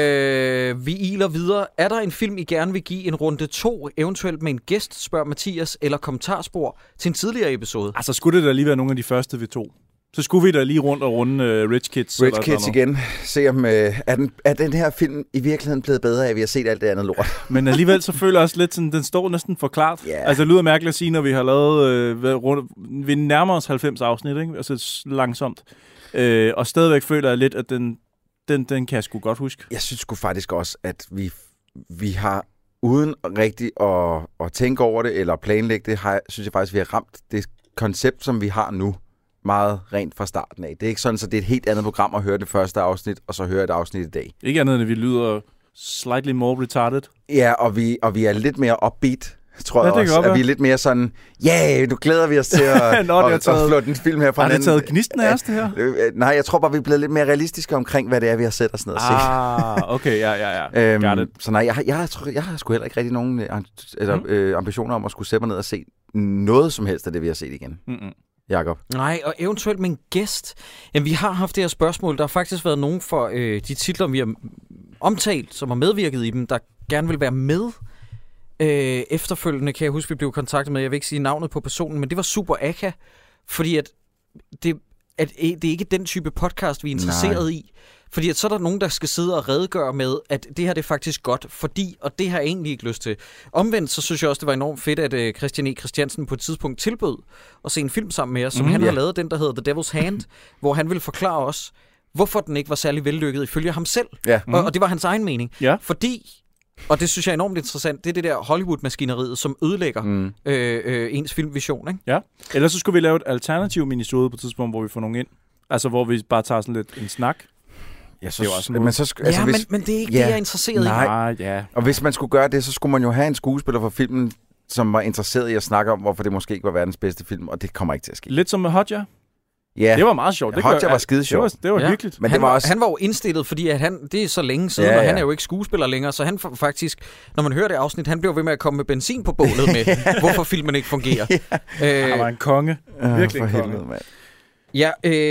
Øh, vi iler videre. Er der en film, I gerne vil give en runde to, eventuelt med en gæst, spørger Mathias, eller kommentarspor til en tidligere episode? Altså, skulle det da lige være nogle af de første, vi tog? Så skulle vi da lige rundt og runde uh, Rich Kids. Rich Kids igen. Se om, uh, er, den, er den her film i virkeligheden blevet bedre af, at vi har set alt det andet lort? Men alligevel så føler jeg også lidt sådan, den står næsten for klart. Yeah. Altså det lyder mærkeligt at sige, når vi har lavet, øh, rundt, vi nærmer os halvfems afsnit, ikke? Altså langsomt. Øh, og stadigvæk føler jeg lidt, at den, den, den kan jeg sgu godt huske. Jeg synes sgu faktisk også, at vi, vi har, uden rigtig at, at tænke over det, eller planlægge det, har, synes jeg faktisk, vi har ramt det koncept, som vi har nu, meget rent fra starten af. Det er ikke sådan, så det er et helt andet program at høre det første afsnit, og så høre et afsnit i dag. Ikke andet end, at vi lyder slightly more retarded. Ja, og vi, og vi er lidt mere upbeat, tror ja, jeg også. At vi er lidt mere sådan, ja, yeah, du glæder vi os til at, Nå, at, at flå den film her fra har den det taget gnisten af os, det her? Øh, nej, jeg tror bare, vi er blevet lidt mere realistiske omkring, hvad det er, vi har sat os ned og set. Ah, okay, ja, ja, ja. øhm, så nej, jeg, jeg, jeg, jeg har sgu heller ikke rigtig nogen eller, mm. øh, ambitioner om at skulle sætte mig ned og se noget som helst af det, vi har set igen. Mm-mm. Jakob. Nej, og eventuelt med en gæst. Jamen, vi har haft det her spørgsmål. Der har faktisk været nogen for øh, de titler, vi har omtalt, som har medvirket i dem, der gerne vil være med. Øh, efterfølgende kan jeg huske, vi blev kontaktet med, jeg vil ikke sige navnet på personen, men det var Super Aka, fordi at det, at det er ikke den type podcast, vi er interesseret Nej. i. Fordi at så er der nogen, der skal sidde og redegøre med, at det her det er faktisk godt, fordi, og det har jeg egentlig ikke lyst til. Omvendt, så synes jeg også, det var enormt fedt, at uh, Christian E. Christiansen på et tidspunkt tilbød at se en film sammen med os, som mm, han yeah. har lavet, den der hedder The Devil's Hand, hvor han ville forklare os, hvorfor den ikke var særlig vellykket ifølge ham selv. Yeah. Mm. Og, og det var hans egen mening. Yeah. Fordi, og det synes jeg er enormt interessant, det er det der Hollywood-maskineriet, som ødelægger mm. øh, øh, ens filmvision, ikke? Ja, ellers så skulle vi lave et alternativ minisode på et tidspunkt, hvor vi får nogen ind. Altså, hvor vi bare tager sådan lidt en snak. Ja, så, det er også men, så, altså, ja, hvis, men, men det er ikke ja, det, jeg er interesseret nej. i. Nej, ja. Og hvis man skulle gøre det, så skulle man jo have en skuespiller for filmen, som var interesseret i at snakke om, hvorfor det måske ikke var verdens bedste film, og det kommer ikke til at ske. Lidt som med Hotjar. Ja. Det var meget sjovt. Ja, Hotjar var skide sjovt. Det var, det var ja. hyggeligt. Men han, det var, også... han var jo indstillet, fordi at han, det er så længe siden, ja, ja. og han er jo ikke skuespiller længere, så han faktisk, når man hører det afsnit, han blev ved med at komme med benzin på bålet med, hvorfor filmen ikke fungerer. Ja. Øh, han var en konge. Øh, Virkelig en konge. Helvede, mand. Ja,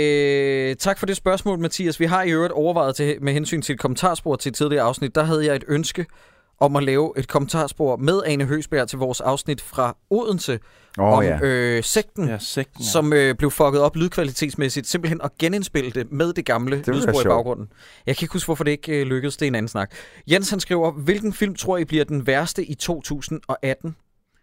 øh, tak for det spørgsmål, Mathias. Vi har i øvrigt overvejet til, med hensyn til et kommentarspor til et tidligere afsnit. Der havde jeg et ønske om at lave et kommentarspor med Ane Høgsberg til vores afsnit fra Odense oh, om ja. øh, sekten, ja, sekten ja. som øh, blev fucket op lydkvalitetsmæssigt, simpelthen at genindspille det med det gamle det lydspor i baggrunden. Jeg kan ikke huske, hvorfor det ikke øh, lykkedes. Det er en anden snak. Jens han skriver, hvilken film tror I bliver den værste i to tusind atten?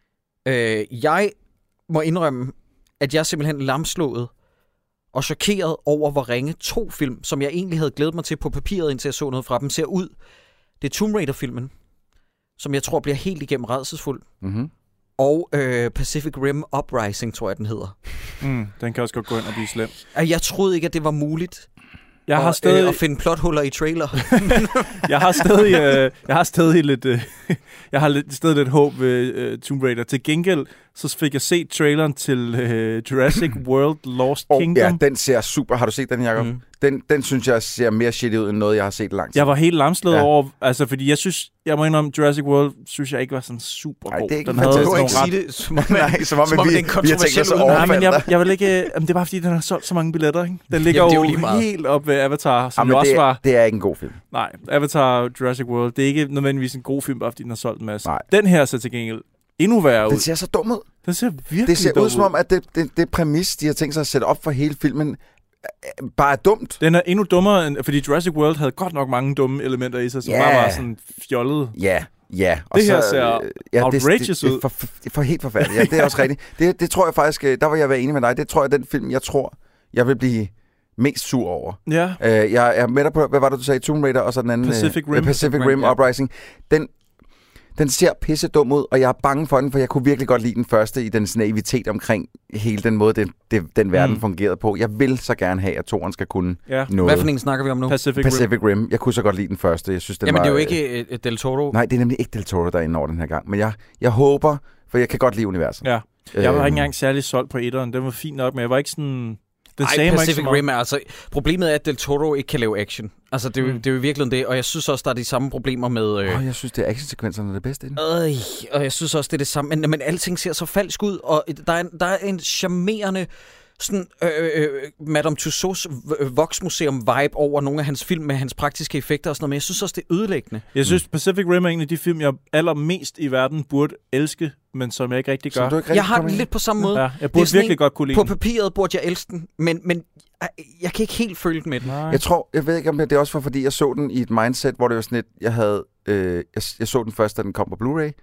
Øh, jeg må indrømme, at jeg er simpelthen lamslået og chokeret over, hvor ringe to film, som jeg egentlig havde glædet mig til på papiret, indtil jeg så noget fra dem, ser ud. Det er Tomb Raider-filmen, som jeg tror bliver helt igennem rædselsfuld. Mm-hmm. Og øh, Pacific Rim Uprising, tror jeg, den hedder. Mm, den kan også godt gå ind og blive slem. Jeg troede ikke, at det var muligt jeg og, har stadig... øh, at finde plothuller i trailer. jeg har stadig, øh, jeg har stadig lidt, øh, jeg har lidt, stadig lidt håb ved øh, Tomb Raider. Til gengæld så fik jeg set traileren til øh, Jurassic World Lost oh, Kingdom. Ja, den ser super. Har du set den, Jacob? Mm. Den, den synes jeg ser mere shitty ud, end noget, jeg har set langt. Jeg var helt lamslået Ja. over, altså fordi jeg synes, jeg må indrømme, Jurassic World synes jeg ikke var sådan super Ej, god. det er ikke Den fantastisk. havde Du kan sådan ikke nogle sige det, som om, Nej, som om, som om vi, det er en vi har tænkt os at kontroversiel Nej, overfalde men jeg, dig. jeg vil ikke... Jamen, det er bare fordi, den har solgt så mange billetter, ikke? Den ligger Jamen, det er jo, jo lige meget. helt op ved Avatar, som Jamen, jo også det, var... det er ikke en god film. Nej, Avatar Jurassic World, det er ikke nødvendigvis en god film, bare fordi den har solgt en masse. Nej. Den her ser til gengæld endnu værre ud. Den ser så dum ud. Den ser virkelig Det ser dum ud som om, at det, det, det præmis, de har tænkt sig at sætte op for hele filmen, øh, bare er dumt. Den er endnu dummere, end, fordi Jurassic World havde godt nok mange dumme elementer i sig, som Ja. bare var sådan fjollede. Ja, ja. Og Det her så, ser øh, ja, outrageous det, det, ud. det, er for, det er for helt forfærdeligt. Ja, det er også rigtigt. Det, det tror jeg faktisk, øh, der var jeg være enig med dig, det tror jeg den film, jeg tror, jeg vil blive mest sur over. Ja. Øh, jeg er med dig på, hvad var det, du sagde? Tomb Raider og så den anden... Pacific øh, Rim. Pacific Rim, Rim ja. Uprising. Den, den ser pisse dum ud, og jeg er bange for den, for jeg kunne virkelig godt lide den første i den naivitet omkring hele den måde, den, den, den verden Mm. fungerede på. Jeg vil så gerne have, at toren skal kunne Ja. noget. Hvad for en snakker vi om nu? Pacific, Rim. Pacific Rim. Jeg kunne så godt lide den første. Jeg synes, den Jamen, var, det er jo ikke uh, Del Toro. Nej, det er nemlig ikke Del Toro, der er inde over den her gang. Men jeg, jeg håber, for jeg kan godt lide universet. Ja. Jeg var Øhm, ikke engang særlig solgt på etteren. Den var fin nok, men jeg var ikke sådan... Den Ej, sagde mig ikke Pacific så meget. Rim er altså... Problemet er, at Del Toro ikke kan lave action. Altså, det er, jo, Mm. det er jo virkelig det. Og jeg synes også, der er de samme problemer med... Øh, Åh, jeg synes, det er actionsekvenserne, der er det bedste i den. Øh, og jeg synes også, det er det samme. Men, men alting ser så falsk ud, og der er en, der er en charmerende sådan, øh, øh, Madame Tussauds v- voksmuseum-vibe over nogle af hans film med hans praktiske effekter og sådan noget, men jeg synes også, det er ødelæggende. Jeg synes, Pacific Rim er en af de film, jeg allermest i verden burde elske, men som jeg ikke rigtig gør. Som du ikke rigtig Jeg har kommer den ind i. lidt på samme måde. Ja, jeg Det er burde sådan virkelig en- godt kunne lide På den. papiret burde jeg elske den, men, men øh, jeg kan ikke helt føle den med den. Nej. Jeg tror, jeg ved ikke, om det er også for, fordi jeg så den i et mindset, hvor det var sådan et, jeg havde, øh, jeg, jeg så den først, da den kom på Blu-ray,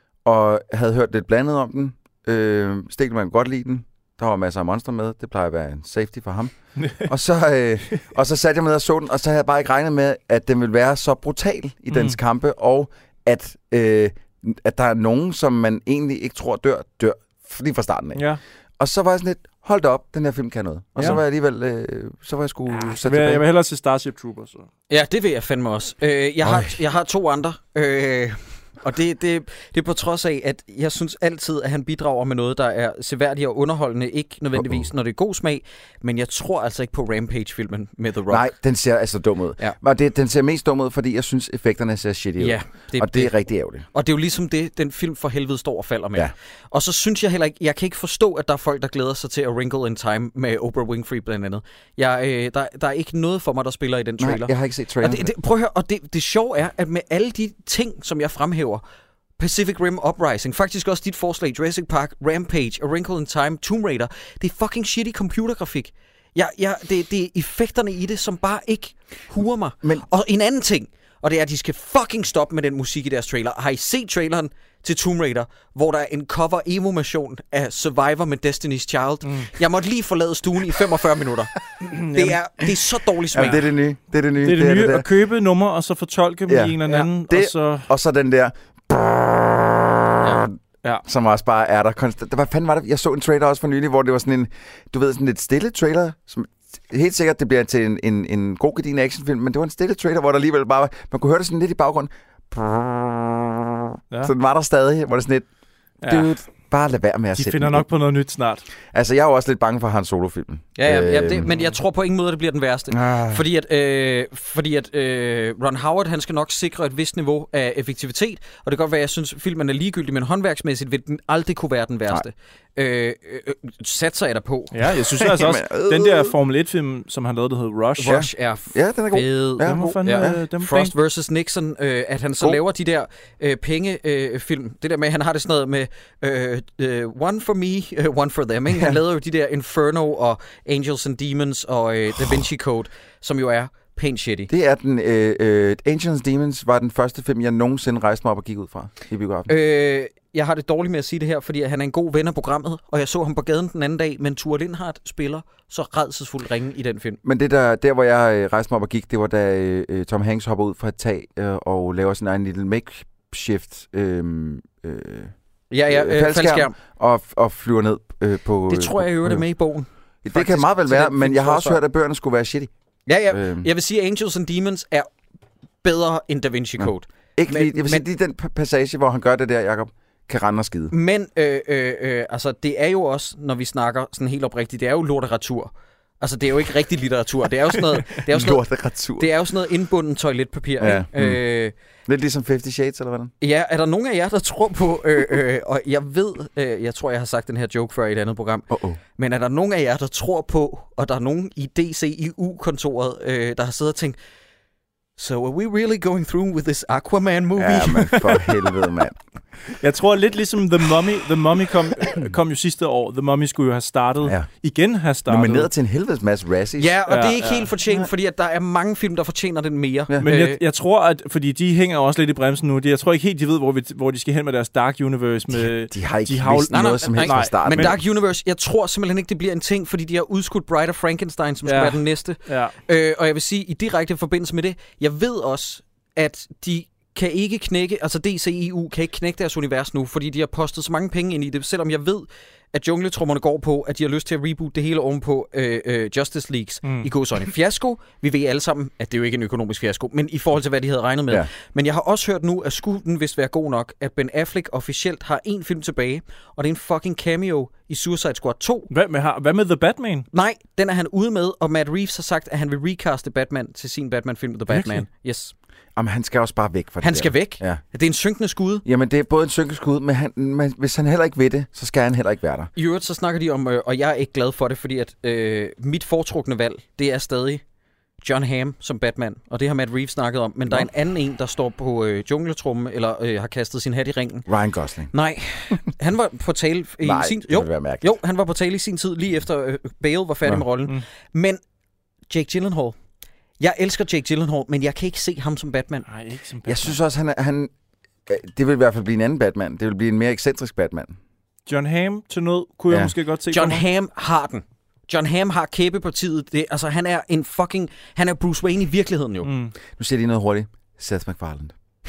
og havde hørt lidt blandet om den. Øh, Stikkelmann kunne godt lide den. Der var masser af monster med. Det plejer at være en safety for ham. og, så, øh, og så satte jeg med og så den, og så havde jeg bare ikke regnet med, at den ville være så brutal i Mm. dens kampe, og at, øh, at der er nogen, som man egentlig ikke tror dør, dør lige fra starten af. Ja. Og så var jeg sådan lidt, hold da op, den her film kan noget. Og Ja. så var jeg alligevel, øh, så var jeg sgu Ja, sat jeg, vil, tilbage. jeg vil hellere se Starship Troopers. Så. Ja, det vil jeg fandme også. Øh, jeg, har, Øj. jeg har to andre, øh, og det, det, det er på trods af, at jeg synes altid, at han bidrager med noget, der er seværdigt og underholdende. Ikke nødvendigvis, Uh-oh. når det er god smag, men jeg tror altså ikke på Rampage-filmen med The Rock. Nej, den ser altså dum ud. Ja. Og det, den ser mest dum ud, fordi jeg synes, effekterne ser shitty ud. Ja, det, Og det er rigtig ærgerligt. Og det er jo ligesom det, den film for helvede står og falder med. Ja. Og så synes jeg heller ikke, jeg kan ikke forstå, at der er folk, der glæder sig til A Wrinkle in Time med Oprah Winfrey blandt andet. Jeg, øh, der, der er ikke noget for mig, der spiller i den trailer. Nej, jeg har ikke set og traileren. det, det, prøv at høre, og det, det sjove er, at med alle de ting, som jeg fremhæver, Pacific Rim Uprising, faktisk også dit forslag, Jurassic Park, Rampage, A Wrinkle in Time, Tomb Raider, det er fucking shitty computergrafik. Jeg, jeg, det, det er effekterne i det, som bare ikke huer mig. Men- Og en anden ting, og det er, at de skal fucking stoppe med den musik i deres trailer. Har I set traileren til Tomb Raider, hvor der er en cover emo-version af Survivor med Destiny's Child? Mm. Jeg måtte lige forlade stuen i femogfyrre minutter. det, er, det er så dårlig smag. Jamen, det er det nye. Det er det nye. Det er det, det nye, der. at købe nummer, og så fortolke dem Ja. i en eller Ja. anden, Det- og så... Og så den der... Ja. Ja. Som også bare er der konstant. Hvad fanden var det? Jeg så en trailer også for nylig, hvor det var sådan en, du ved, sådan lidt stille trailer, som helt sikkert, det bliver til en, en, en god gedigen actionfilm, men det var en stille trailer, hvor der alligevel bare var, man kunne høre det sådan lidt i baggrunden. Ja. Så den var der stadig, hvor det sådan lidt, Ja. dude, bare lad være med at De sætte finder den nok ind. på noget nyt snart. Altså, jeg er jo også lidt bange for Han Solo-filmen. Ja, ja, ja Øhm, det, men jeg tror på ingen måde, at det bliver den værste. Ah. Fordi at, øh, fordi at øh, Ron Howard, han skal nok sikre et vist niveau af effektivitet, og det kan godt være, at jeg synes, at filmen er ligegyldig, men håndværksmæssigt vil den aldrig kunne være den værste. Øh, øh, satser jeg der på. Ja, jeg synes altså også, Jamen, øh. den der Formel et-film, som han lavede, der hed Rush. Rush er Ja, den er god. fed. Ja, Den var god. fandme... Ja. øh, den Frost versus. Nixon, øh, at han så God. laver de der øh, pengefilm. Øh, film. det der med, at han har det sådan noget med øh, øh, one for me, øh, one for them. Ikke? Han lavede jo de der Inferno og Angels and Demons og øh, Da Vinci Code, som jo er pænt shitty. Det er den, øh, øh, Ancient Demons var den første film, jeg nogensinde rejste mig op og gik ud fra i biografen. Øh, jeg har det dårligt med at sige det her, fordi han er en god ven af programmet, og jeg så ham på gaden den anden dag, men Ture Lindhardt spiller så rædselsfuldt ringe i den film. Men det der, der hvor jeg øh, rejste mig op og gik, det var da øh, Tom Hanks hopper ud fra et tag øh, og laver sin egen lille makeshift øh, øh, Ja, ja, øh, faldskærm, faldskærm. og, og flyver ned øh, på... Det tror jeg jo, det er øh, med i bogen. Det faktisk, kan meget vel til være, den men films jeg har også forsvar. hørt, at bøgerne skulle være shitty. Ja, ja. Øhm. Jeg vil sige, at Angels and Demons er bedre end Da Vinci Ja. Code. Ikke Men- lige, jeg vil sige, men- lige den pa- passage, hvor han gør det der, Jacob, kan rende og skide. Men øh, øh, øh, altså, det er jo også, når vi snakker sådan helt oprigtigt, det er jo litteratur. Altså, det er jo ikke rigtig litteratur. Det er jo sådan noget... Det er jo sådan noget, Litteratur. det er jo sådan noget indbunden toiletpapir, Ja. ikke? Mm. Øh, Lidt ligesom Fifty Shades, eller hvordan? ja, er der nogen af jer, der tror på... Øh, øh, og jeg ved... Øh, jeg tror, jeg har sagt den her joke før i et andet program. Uh-oh. Men er der nogen af jer, der tror på, og der er nogen i D C E U-kontoret, øh, der har siddet og tænkt, so are we really going through with this Aquaman movie? Ja, men for helvede, mand. Jeg tror lidt ligesom The Mummy. The Mummy kom, kom jo sidste år. The Mummy skulle jo have startet. Ja. Igen have startet. Nomineret til en helvedes masse Razzies. Ja, og Ja, det er ikke ja. helt fortjent, fordi at der er mange film, der fortjener den mere. Ja. Men Øh, jeg, jeg tror, at fordi de hænger også lidt i bremsen nu. De, jeg tror ikke helt, de ved, hvor, vi, hvor de skal hen med deres Dark Universe. Med, De har ikke de de har jo- vidst nej, noget nej, som nej, helst nej, fra starten. Men Men- Dark Universe, jeg tror simpelthen ikke, det bliver en ting, fordi de har udskudt Bride of Frankenstein, som ja. skal Ja. være den næste. ja. Øh, og jeg vil sige, i direkte forbindelse med det, jeg ved også, at de kan ikke knække, altså D C E U kan ikke knække deres univers nu, fordi de har postet så mange penge ind i det, selvom jeg ved, at jungletrummerne går på, at de har lyst til at reboot det hele ovenpå øh, øh, Justice Leagues mm. i godsøjne fiasko. Vi ved alle sammen, at det jo ikke er en økonomisk fiasko, men i forhold til, hvad de havde regnet med. Ja. Men jeg har også hørt nu, at skulle den vist være god nok, at Ben Affleck officielt har én film tilbage, og det er en fucking cameo i Suicide Squad to. Hvad med, hvad med The Batman? Nej, den er han ude med, og Matt Reeves har sagt, at han vil recaste Batman til sin Batman-film, The Batman. Virkelig? Yes. Jamen, han skal også bare væk fra det Han der. skal væk. Ja. Det er en synkende skud. Jamen, det er både en synkeskud, men, han, men hvis han heller ikke ved det, så skal han heller ikke være der. I øvrigt så snakker de om, øh, og jeg er ikke glad for det, fordi at øh, mit foretrukne valg, det er stadig John Hamm som Batman, og det har Matt Reeves snakket om, men Nå. der er en anden en, der står på øh, jungletrummen, eller øh, har kastet sin hat i ringen. Ryan Gosling. Nej, han var på tale i Nej, sin... det Jo, ville være mærkeligt. jo, han var på tale i sin tid, lige efter øh, Bale var færdig Nå. med rollen. Mm. Men Jake Gyllenhaal, jeg elsker Jake Gyllenhaal, men jeg kan ikke se ham som Batman. Nej, ikke som Batman. Jeg synes også, han, er, han det vil i hvert fald blive en anden Batman. Det vil blive en mere ekscentrisk Batman. John Hamm til noget, kunne ja. jeg måske godt se John for mig. Hamm har den. John Hamm har kæbepartiet. Det, altså, han er en fucking... Han er Bruce Wayne i virkeligheden jo. Mm. Mm. Nu siger jeg lige noget hurtigt. Seth MacFarlane.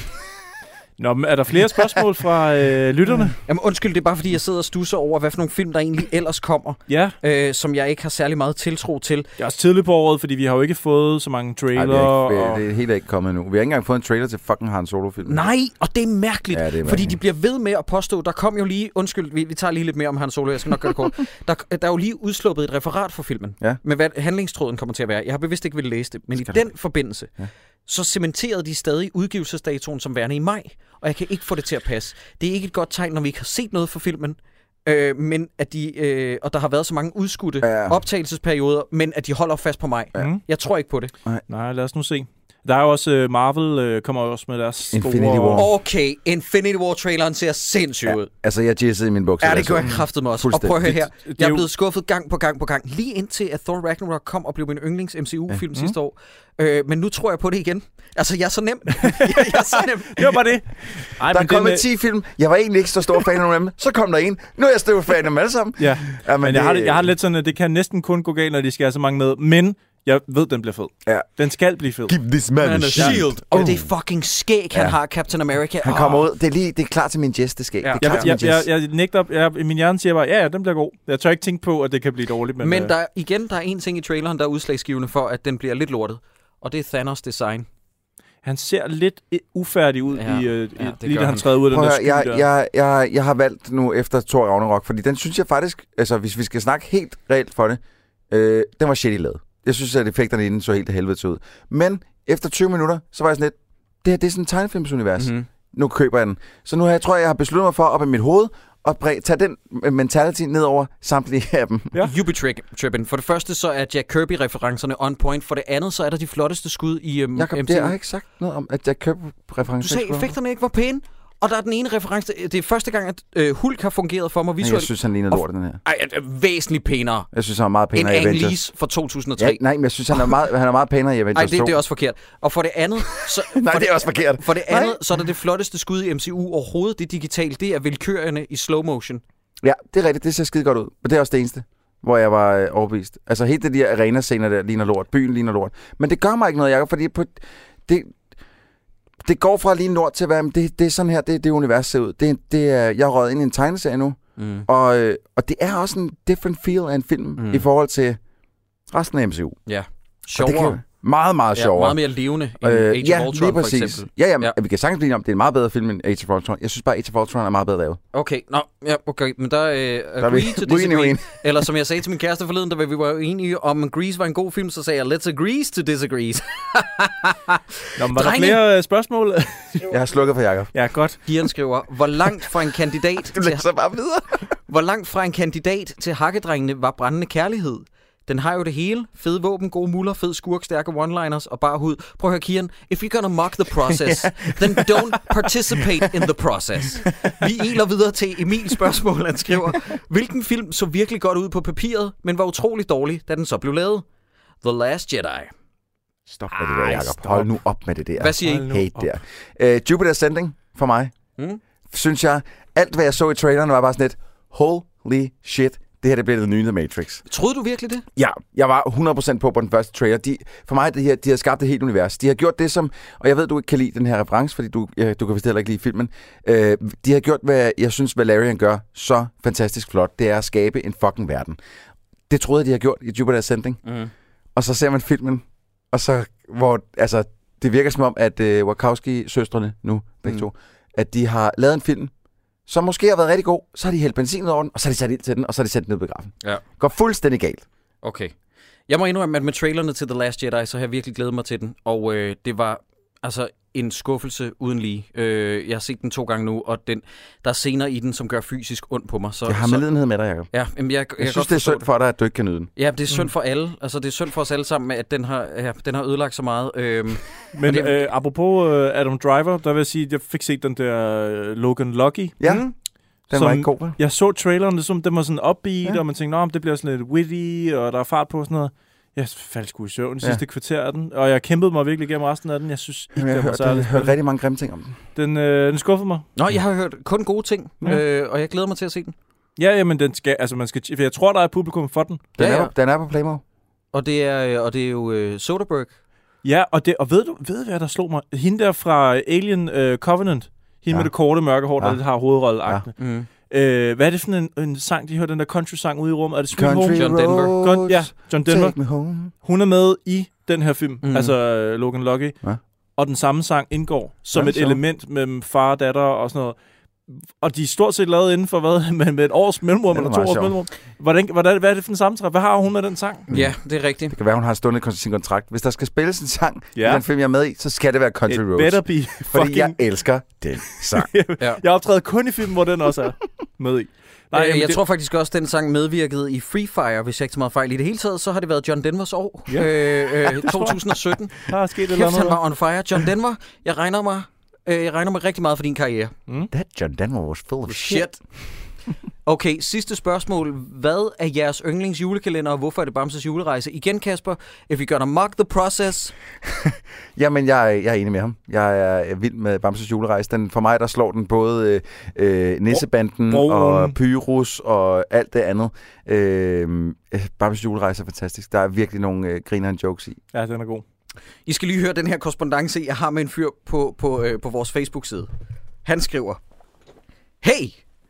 Nå, men er der flere spørgsmål fra øh, lytterne? Jamen undskyld, det er bare fordi, jeg sidder og stusser over, hvad for nogle film, der egentlig ellers kommer, Ja, øh, som jeg ikke har særlig meget tiltro til. det er også tidligt på året, fordi vi har jo ikke fået så mange trailer. Ej, det, er ikke, og... det er helt ikke kommet nu. Vi har ikke engang fået en trailer til fucking Han Solo-filmen. Nej, og det er mærkeligt, Ja, det er fordi mærkeligt. de bliver ved med at påstå, der kom jo lige, undskyld, vi, vi tager lige lidt mere om Han Solo, jeg skal nok gøre det kort. Der, der er jo lige udsluppet et referat for filmen, Ja. med hvad handlingstråden kommer til at være. Jeg har bevidst ikke ville læse det, men i Skal den forbindelse, Ja. så cementerede de stadig udgivelsesdatoen som værende i maj, og jeg kan ikke få det til at passe. Det er ikke et godt tegn, når vi ikke har set noget for filmen, øh, men at de, øh, og der har været så mange udskudte Ja. optagelsesperioder, men at de holder fast på maj. Ja. Jeg tror ikke på det. Nej, lad os nu se. Der er jo også uh, Marvel, uh, kommer også med deres Infinity store... War. Okay, Infinity War-traileren ser sindssygt Ja, ud. altså, jeg jizzede i min bukser. Ja, det altså. gør jeg kraftedeme også. Og prøv at høre her. Det- det er Jeg er jo- blevet skuffet gang på gang på gang. Lige indtil, at Thor Ragnarok kom og blev min yndlings M C U-film Ja. sidste år. Øh, men nu tror jeg på det igen. Altså, jeg er så nem. jeg, jeg er så nem. Det var bare det. Ej, Der er men kommet den, ti film. Jeg var egentlig ikke så stor fan af nogen af dem. Så kom der en. Nu er jeg stor fan af dem alle sammen. Ja, Ja, men, men jeg, har det, jeg har det lidt sådan, at det kan næsten kun gå galt, når de skal have så mange med. Men jeg ved, den bliver fed. Ja. Den skal blive fed. Give this man, Man a a shield. shield. Og det er fucking skæg, han Ja. har, Captain America. Han kommer ud. Det er, lige, det er klar til min jest, det skal. Ja. Det er Jeg, klar til jeg, min jeg, jest. jeg, jeg nægter, jeg, min hjerne siger bare, ja, ja, den bliver god. Jeg tør ikke tænke på, at det kan blive dårligt. Men, Men øh, der, er- igen, der er en ting i traileren, der er udslagsgivende for, at den bliver lidt lortet. Og det er Thanos design. han ser lidt i- ufærdig ud, Ja, i, øh, ja, i, det lige gør da han han. træder ud af den Prøv der at sky høre, jeg, der. jeg, jeg, jeg har valgt nu efter Thor Ragnarok, fordi den synes jeg faktisk, altså hvis vi skal snakke helt reelt for det, øh, den var shitty lavet. Jeg synes, at effekterne inden så helt af helvede ud. Men efter tyve minutter, så var jeg sådan lidt, det her det er sådan en tegnefilmsunivers. Mhm. Mm-hmm. Nu køber jeg den. Så nu har jeg, tror jeg, jeg har besluttet mig for op i mit hoved, og bre- tage den øh, mentality ned over samtlige af dem. Ja. Yubi-trippen. For det første, så er Jack Kirby-referencerne on point. For det andet, så er der de flotteste skud i um, Jakob, M C U. det har jeg ikke sagt noget om, at jeg køber referencer. Du sagde, at effekterne ikke var pæne. Og der er den ene reference. Det er første gang, at øh, Hulk har fungeret for mig Men visuelt. jeg synes, han ligner lort, den her. Ej, det er væsentligt pænere Jeg synes, han er meget end pænere i Ang Avengers. Lee's fra to tusind og tre. Ja, nej, men jeg synes, han er meget, han er meget pænere i Ej, Avengers det, to. det er også forkert. Og for det andet... Så, Nej, for det er også forkert. For det Nej. andet, så er der det flotteste skud i M C U overhovedet. Det er digitalt. Det er velkørende i slow motion. Ja, det er rigtigt. Det ser skide godt ud. Og det er også det eneste, hvor jeg var øh, overbevist. Altså, helt det der arena-scener der ligner lort. Byen ligner lort. Men det gør mig ikke noget, Jacob, fordi på, det, det går fra lige lort til at være, det, det er sådan her, det, det univers ser ud. Det, det er, jeg er røget ind i en tegneserie nu, Mm. og, øh, og det er også en different feel af en film Mm. mm. i forhold til resten af M C U. Ja. Og det kan- Sjovere. Meget, meget Ja, sjovere. meget mere levende end Øh, Age ja, of Ultron, lige for præcis. eksempel. Ja, jamen, Ja. ja. Vi kan sagtens blive om, det er en meget bedre film end Age of Ultron. Jeg synes bare, Age of Ultron er meget bedre lavet. Okay, nå, ja, okay, men der øh, er agree vi to uenige, disagree. uenige. Eller som jeg sagde til min kæreste forleden, da vi var enige om, at Grease var en god film, så sagde jeg, let's agree to disagree. Nå, men var Drenge! der flere øh, spørgsmål? Jeg har slukket for Jacob. Ja, godt. Gieren skriver, hvor langt fra en kandidat Du til, læser bare videre. hvor langt fra en kandidat til Hakkedrengene var Brændende Kærlighed? Den har jo det hele. Fede våben, gode muller, fed skurk, stærke one-liners og bare hud. Prøv at høre, Kian. If you're gonna mock the process, then don't participate in the process. Vi iler videre til Emils spørgsmål. Han skriver, hvilken film så virkelig godt ud på papiret, men var utrolig dårlig, da den så blev lavet? The Last Jedi. Stop med det der, Ej, Jacob. stop. Hold nu op med det der. Hvad siger I? Hold nu Hate op. der. Uh, Jupiter Ascending for mig. Mm? Synes jeg, alt hvad jeg så i traileren var bare sådan lidt, holy shit, det her det bliver det nye The Matrix. Troede du virkelig det? Ja, jeg var hundrede procent på på den første trailer. De, for mig, det her, de har skabt et helt univers. De har gjort det som, og jeg ved, du ikke kan lide den her reference, fordi du, ja, du kan vist heller ikke lide filmen. Øh, de har gjort, hvad jeg synes, Valerian gør så fantastisk flot. Det er at skabe en fucking verden. Det troede jeg, de har gjort i Jupiter Ascending. Mm. Og så ser man filmen, og så, hvor, altså, det virker som om, at øh, Wachowski-søstrene nu, begge Mm. to, at de har lavet en film, som måske har været rigtig god, så har de hældt benzin over den, og så har de sat ind til den, og så har de sendt den ned på grafen. Ja. Går fuldstændig galt. Okay. Jeg må indrømme, at med trailerne til The Last Jedi, så har jeg virkelig glædet mig til den. Og øh, det var altså en skuffelse uden lige. Øh, jeg har set den to gange nu, og den, der er scener i den, som gør fysisk ondt på mig. Så, Jeg har så, medlidenhed med dig, Jacob. ja, jamen, jeg, jeg, Jeg, kan jeg synes, godt det er forstå synd for dig, at du ikke kan nyde den. Ja, det er synd for alle. Altså, det er synd for os alle sammen, at den har, ja, den har ødelagt så meget. Øhm, Men det- øh, apropos øh, Adam Driver, der vil jeg sige, at jeg fik set den der øh, Logan Lucky. Ja, Mm. den som- var ikke god, vel? Jeg så traileren, det, som, den var sådan upbeat, Ja. ja. og man tænkte, nå, det bliver sådan lidt witty, og der er fart på og sådan noget. Jeg faldt sgu i søvn i Ja. sidste kvarter af den, og jeg kæmpede mig virkelig igennem resten af den. Jeg synes ikke, Jamen, jeg den var hørte, særlig jeg hørte rigtig mange grimme ting om den. Den, øh, den skuffede mig. Nå, jeg har hørt kun gode ting, Ja. øh, og jeg glæder mig til at se den. Ja, jamen, den skal, altså, man skal, for jeg tror, der er publikum for den. Den, Ja, er, ja. på, den er på Playmo. Og det er, og det er jo øh, Soderbergh. Ja, og, det, og ved du, ved du, hvad der slog mig? Hende der fra Alien uh, Covenant, hende Ja. med det korte mørke hår, der Ja. lidt har hovedrolle Ja. Mm. Øh, hvad er det for en, en sang, de hørte den der country-sang ude i rummet? Er det Sweet Country Home? John Denver. Roads, Godt, ja, John Denver. Take me home. Hun er med i den her film, Mm. mm. altså uh, Logan Lucky. Ja. Og den samme sang indgår som Ja, et sjovt. element mellem far og datter og sådan noget. Og de er stort set lavet inden for hvad? med, med et års mellemrum Det er eller to meget års sjovt. mellemrum. Hvordan, hvordan, hvad er det for en sammentræf? Hvad har hun med den sang? Ja, det er rigtigt. Det kan være, hun har stået i sin kontrakt. Hvis der skal spilles en sang i Ja. den film, jeg er med i, så skal det være Country It Roads. better be Fordi fucking... jeg elsker den sang. Ja. Jeg optræder kun i filmen, hvor den også er med i. Nej, jamen, jeg det- tror faktisk også, at den sang medvirkede i Free Fire, hvis jeg ikke så meget fejl. I det hele taget, så har det været John Denvers år. Ja. Øh, øh, to tusind og sytten. Der er sket et eller Kæft, han andet. var on fire. John Denver, jeg regner mig, øh, jeg regner mig rigtig meget for din karriere. That John Denver was full of shit. Shit. Okay, sidste spørgsmål. Hvad er jeres yndlings julekalender, og hvorfor er det Bamses julerejse? Igen, Kasper, if you're gonna mock the process. Jamen, jeg, er- jeg er enig med ham. Jeg er vild med Bamses julerejse. Den, for mig, der slår den både øh, Nissebanden Broen. og Pyrus og alt det andet. Øh, Bamses julerejse er fantastisk. Der er virkelig nogle øh, grineren jokes i. Ja, den er god. I skal lige høre den her korrespondance, jeg har med en fyr på, på, øh, på vores Facebook-side. Han skriver, hey!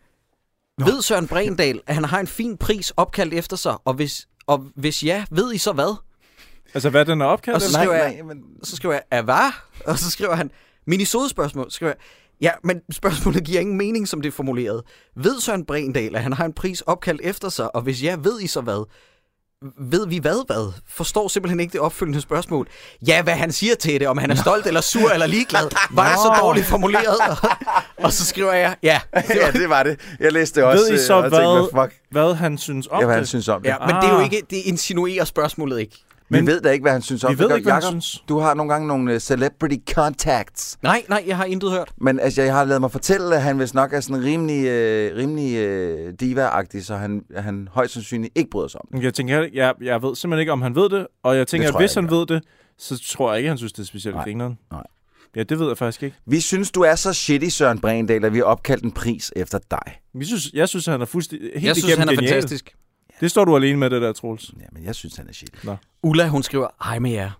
Ved Søren Brendal, at han har en fin pris opkaldt efter sig, og hvis, og hvis ja, ved I så hvad? Altså, hvad den er opkaldt? Og så efter? skriver Nej, jeg, nej, men- så skriver jeg, er hvad? Og så skriver han, minisode-spørgsmål. Så skriver jeg, ja, men spørgsmålet giver ingen mening, som det er formuleret. Ved Søren Brendal, at han har en pris opkaldt efter sig, og hvis ja, ved I så hvad? Ved vi hvad, hvad? Forstår simpelthen ikke det opfølgende spørgsmål. Ja, hvad han siger til det, om han er stolt eller sur eller ligeglad. Var det så dårligt formuleret? Og så skriver jeg, ja. Ja, det var det. Jeg læste det også. Ved I så, øh, og tænkte, hvad, fuck? hvad han synes om Ja, hvad han det? synes om det. Ja, men det er jo Ah. ikke, det insinuerer spørgsmålet ikke. Vi Men- ved da ikke, hvad han synes om Vi det. ved Gør- ikke, hvad han Jacob, synes. Du har nogle gange nogle uh, celebrity contacts. Nej, nej, jeg har intet hørt. Men altså, jeg har lavet mig fortælle, at han vist nok er sådan rimelig, øh, rimelig øh, diva-agtig, så han, han højst sandsynligt ikke bryder sig om det. Jeg tænker, jeg, jeg ved simpelthen ikke, om han ved det. Og jeg tænker, Det at tror hvis jeg han ikke, ved det, så tror jeg ikke, han synes, det er specielt Nej. grineren. Nej. Ja, det ved jeg faktisk ikke. Vi synes, du er så shitty, Søren Brendal, at vi har opkaldt en pris efter dig. Vi synes, jeg synes, han er fuldstændig helt Jeg synes, igennem han er genial. fantastisk. Det står du alene med, det der, Troels. Ja, men jeg synes, han er shitty. Ulla, hun skriver, hej med jer.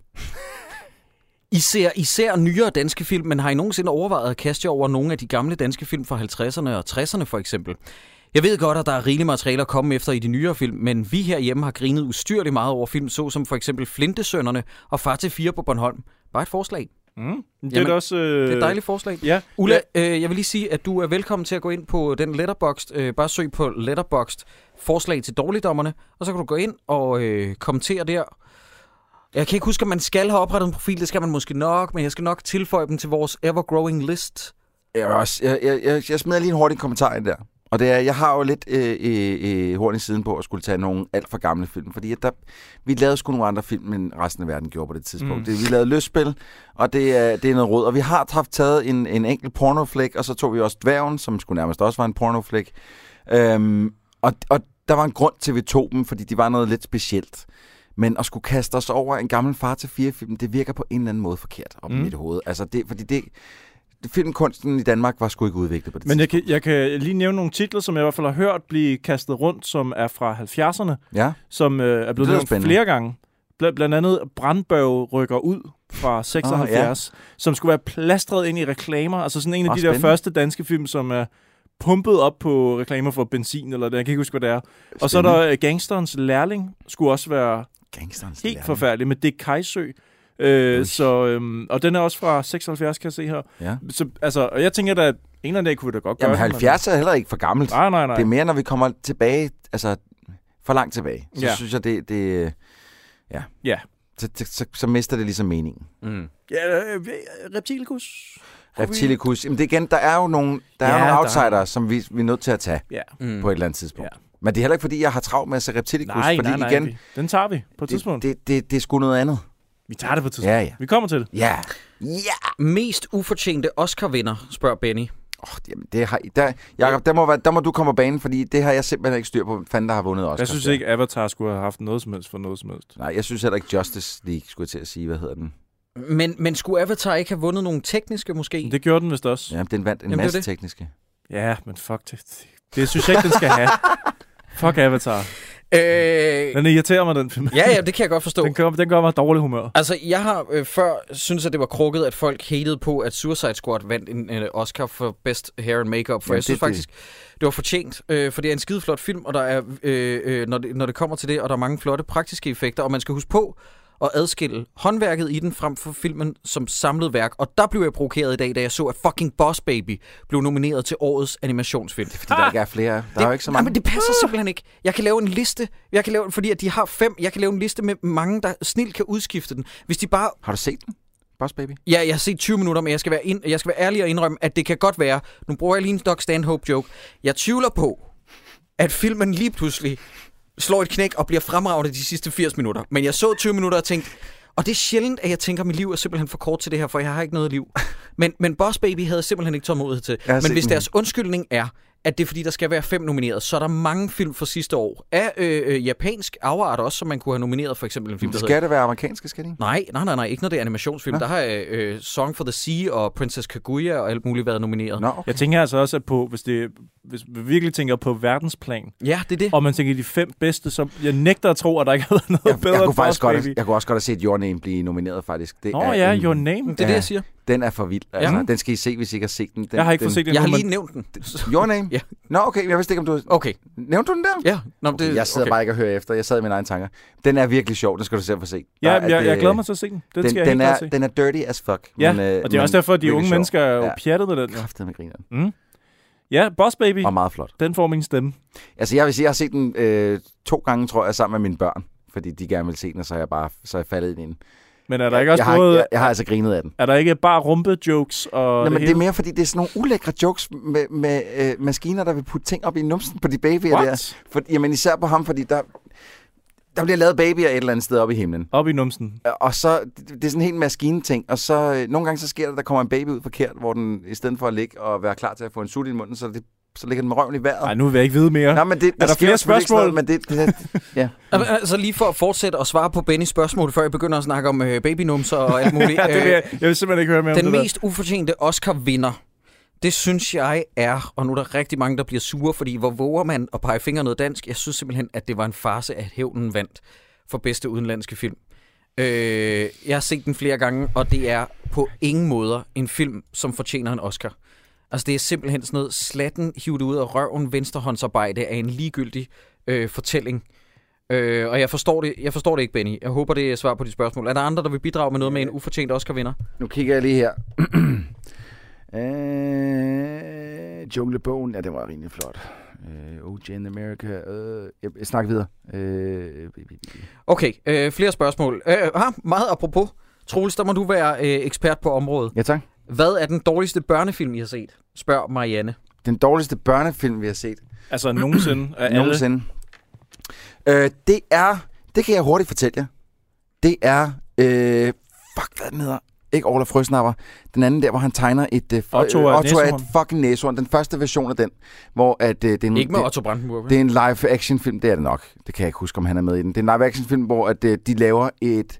I ser især nyere danske film, men har I nogensinde overvejet at kaste jer over nogle af de gamle danske film fra halvtredserne og tresserne for eksempel? Jeg ved godt, at der er rigeligt materiale at komme efter i de nyere film, men vi herhjemme har grinet ustyrligt meget over film, såsom for eksempel Flintesønnerne og Far til fire på Bornholm. Bare et forslag. Mm. Det er Jamen, da også... Øh... Det er et dejligt forslag. Ja. Ulla, øh, jeg vil lige sige, at du er velkommen til at gå ind på den Letterboxd. Øh, bare søg på Letterboxd forslag til dårligdommerne, og så kan du gå ind og øh, kommentere der. Jeg kan ikke huske, at man skal have oprettet en profil. Det skal man måske nok, men jeg skal nok tilføje dem til vores ever-growing list. Jeg, også, jeg, jeg, jeg, jeg smider lige en hurtig kommentar ind der. Og det er, jeg har jo lidt øh, øh, hurtigt siden på at skulle tage nogle alt for gamle film. Fordi at der, vi lavede sgu nogle andre film, end resten af verden gjorde på det tidspunkt. Mm. Det, vi lavede lystspil, og det er, det er noget råd. Og vi har haft taget en, en enkelt pornoflæk, og så tog vi også Dværgen, som skulle nærmest også var en pornoflæk. Øhm, og, og der var en grund til, at vi tog dem, fordi de var noget lidt specielt. Men at skulle kaste os over en gammel Far til fire film, det virker på en eller anden måde forkert op mm. i mit hoved. Altså det, fordi det... Filmkunsten i Danmark var sgu ikke udviklet på det Men jeg tidspunkt. kan, jeg kan lige nævne nogle titler, som jeg i hvert fald har hørt blive kastet rundt, som er fra halvfjerdserne, Ja. som øh, er blevet nævnt flere gange. Bl- blandt andet Brandberg rykker ud fra seksoghalvfjerds, oh, ja. som skulle være plastret ind i reklamer. Altså sådan en af Oh, de spændende. der første danske film, som er pumpet op på reklamer for benzin, eller det, jeg kan ikke huske, hvad det er. Spændende. Og så er der uh, Gangsterens Lærling, skulle også være Gangsterens helt lærling. forfærdelig, med Dick Kajsø. Øh, så, øhm, og den er også fra seksoghalvfjerds, kan jeg se her. Ja. Så, altså, og jeg tænker da, at en eller anden dag kunne vi da godt gøre Jamen det, halvfjerds er heller ikke for gammelt. Nej, nej, nej. Det er mere, når vi kommer tilbage, altså for langt tilbage. Så Ja. synes jeg, det... det ja. Ja. Så, så, så mister det ligesom meningen. Mm. Ja, øh, Reptilicus. Reptilicus. Jamen det igen, der er jo nogle, der Ja, er nogle der outsiders, er- som vi, vi er nødt til at tage Ja. Mm. på et eller andet tidspunkt. Ja. Men det er heller ikke, fordi jeg har travlt med at se Reptilicus, Nej, fordi nej, nej. igen, vi- Den tager vi på et tidspunkt. det, det, det, det er sgu noget andet. Vi tager det på et tidspunkt. Ja, ja. Vi kommer til det. Ja. Ja. Mest ufortjente Oscar-vinder, spørger Benny. Oh, jamen, det har, der, Jacob, der må, være, der må du komme på banen, fordi det har jeg simpelthen ikke styr på, hvem fanden der har vundet Oscar. Jeg synes ikke, Avatar skulle have haft noget som helst for noget som helst. Nej, jeg synes heller ikke Justice League, skulle jeg til at sige. Hvad hedder den? Men, men skulle Avatar ikke have vundet nogle tekniske måske? Det gjorde den vist også. Ja, den vandt en Jamen, det er masse det. tekniske. Ja, men fuck det. Det synes jeg ikke, den skal have. Fuck Avatar. Øh, Den irriterer mig, den film. ja, ja, det kan jeg godt forstå. Den gør, den gør mig dårlig humør. Altså, jeg har øh, før synes at det var krukket, at folk hatede på, at Suicide Squad vandt en øh, Oscar for Best Hair and Makeup. For Ja, jeg synes det- faktisk, det var fortjent, øh, for det er en skideflot film, og der er, øh, øh, når, det, når det kommer til det, og der er mange flotte praktiske effekter, og man skal huske på at adskille håndværket i den frem for filmen som samlet værk. Og der blev jeg provokeret i dag, da jeg så, at fucking Boss Baby blev nomineret til årets animationsfilm. Det er fordi, der ikke er flere. Der det, er jo ikke så Nej, mange. men det passer simpelthen ikke. Jeg kan lave en liste, jeg kan lave, fordi at de har fem, jeg kan lave en liste med mange, der snilt kan udskifte den. Hvis de bare... Har du set den? Boss Baby? Ja, jeg har set tyve minutter, men jeg skal være, ind, jeg skal være ærlig og indrømme, at det kan godt være, nu bruger jeg lige en Doc Stanhope joke, jeg tvivler på, at filmen lige pludselig slår et knæk og bliver fremragende de sidste firs minutter. Men jeg så tyve minutter og tænkte, og det er sjældent, at jeg tænker, at mit liv er simpelthen for kort til det her, for jeg har ikke noget liv. Men, men Boss Baby havde simpelthen ikke tålmodighed til. Jeg har Men set hvis den. deres undskyldning er, at det er fordi, der skal være fem nomineret, så er der mange film fra sidste år. Af øh, øh, japansk afart også, som man kunne have nomineret, for eksempel en film, der hedder... Skal det være amerikanske, skal det ikke? Nej, nej, nej, nej, ikke når det er animationsfilm. Nå. Der har øh, Song for the Sea og Princess Kaguya og alt muligt været nomineret. Nå, okay. Jeg tænker altså også, at på, hvis, det, hvis vi virkelig tænker på verdensplan, Ja, det er det. og man tænker de fem bedste, så jeg nægter at tro, at der ikke har været noget Jeg, bedre jeg, kunne end faktisk Boss godt, Baby. jeg kunne også godt have set Your Name blive nomineret, faktisk. Det Nå er ja, en, Your Name. Det er det, Ja. jeg siger. Den er for vild. Altså. Ja. Den skal I se, hvis I ikke har set den. den Jeg har ikke den, fået set den Jeg har endnu, lige men nævnt den. Your Name? Ja. Nå, okay, jeg vidste ikke, om du... Okay, Nævnte du den der? ja. Nå, Okay, det, jeg sidder okay. bare ikke og hører efter. Jeg sad i mine egne tanker. Den er virkelig sjov. Den skal du selv få se. ja, Der jeg, er jeg, jeg det- glæder mig til at se den. Den, Den, skal jeg den, helt er, klart se. den er dirty as fuck. Ja, men, øh, og det er men også derfor, at de virkelig unge sjov. mennesker er jo Ja. pjattet med den. jo. Kræftet med grineren. Mm. Ja, Boss Baby, Og meget flot. den får min stemme. Altså, jeg vil sige, jeg har set den øh, to gange, tror jeg, sammen med mine børn. Fordi de gerne vil se den, og så er jeg bare så er jeg faldet ind i den. Men er der ikke også jeg, har, noget... jeg, jeg har altså grinet af den. Er der ikke bare rumpe-jokes og Nå, men det det er hele? mere, fordi det er sådan nogle ulækre jokes med, med øh, maskiner, der vil putte ting op i numsen på de babyer What? der. For, jamen især på ham, fordi der, der bliver lavet babyer et eller andet sted op i himlen. Op i numsen. Og så, det, det er sådan en helt maskine-ting. Og så øh, nogle gange så sker der, der kommer en baby ud forkert, hvor den i stedet for at ligge og være klar til at få en sut i munden, så, det, så ligger den med røven i vejret. Nej, nu vil jeg ikke vide mere. Nå, men det, der sker flere selvfølgelig ikke sådan spørgsmål? noget, Men det, det, det, ja. Altså lige for at fortsætte og svare på Bennys spørgsmål, før jeg begynder at snakke om øh, babynumser og alt muligt. Ja, det vil øh, jeg, jeg vil simpelthen ikke høre mere om Den det mest ufortjente Oscar-vinder, det synes jeg er, og nu er der rigtig mange, der bliver sure, fordi hvor våger man at pege fingre noget dansk? Jeg synes simpelthen, at det var en farce, at Hævnen vandt for bedste udenlandske film. Øh, jeg har set den flere gange, og det er på ingen måder en film, som fortjener en Oscar. Altså, det er simpelthen sådan noget slatten hivet ud af røven venstrehåndsarbejde af en ligegyldig øh, fortælling. Øh, og jeg forstår, det, jeg forstår det ikke, Benny. Jeg håber, det er svar på de spørgsmål. Er der andre, der vil bidrage med noget med en ufortjent Oscar-vinder? Nu kigger jeg lige her. øh, Junglebogen, ja, den var rimelig flot. Uh, O J in America. Uh, jeg, jeg snakker videre. Uh, okay, øh, flere spørgsmål. Øh, ah, meget apropos. Troels, der må du være øh, ekspert på området. Ja, tak. Hvad er den dårligste børnefilm, I har set? Spørg Marianne. Den dårligste børnefilm, vi har set? Altså nogensinde af alle? Nogensinde. Øh, det er, det kan jeg hurtigt fortælle jer. Det er, øh, fuck hvad den hedder. Ikke Orla Frøsnapper. Den anden der, hvor han tegner et, øh, Otto øh, er Otto er et fucking næsehorn. Den første version af den, hvor at, øh, det er en, ikke med det, Otto Brandenburg. Det er en live-action-film, det er det nok. Det kan jeg ikke huske, om han er med i den. Det er en live-action-film, hvor at, øh, de laver et,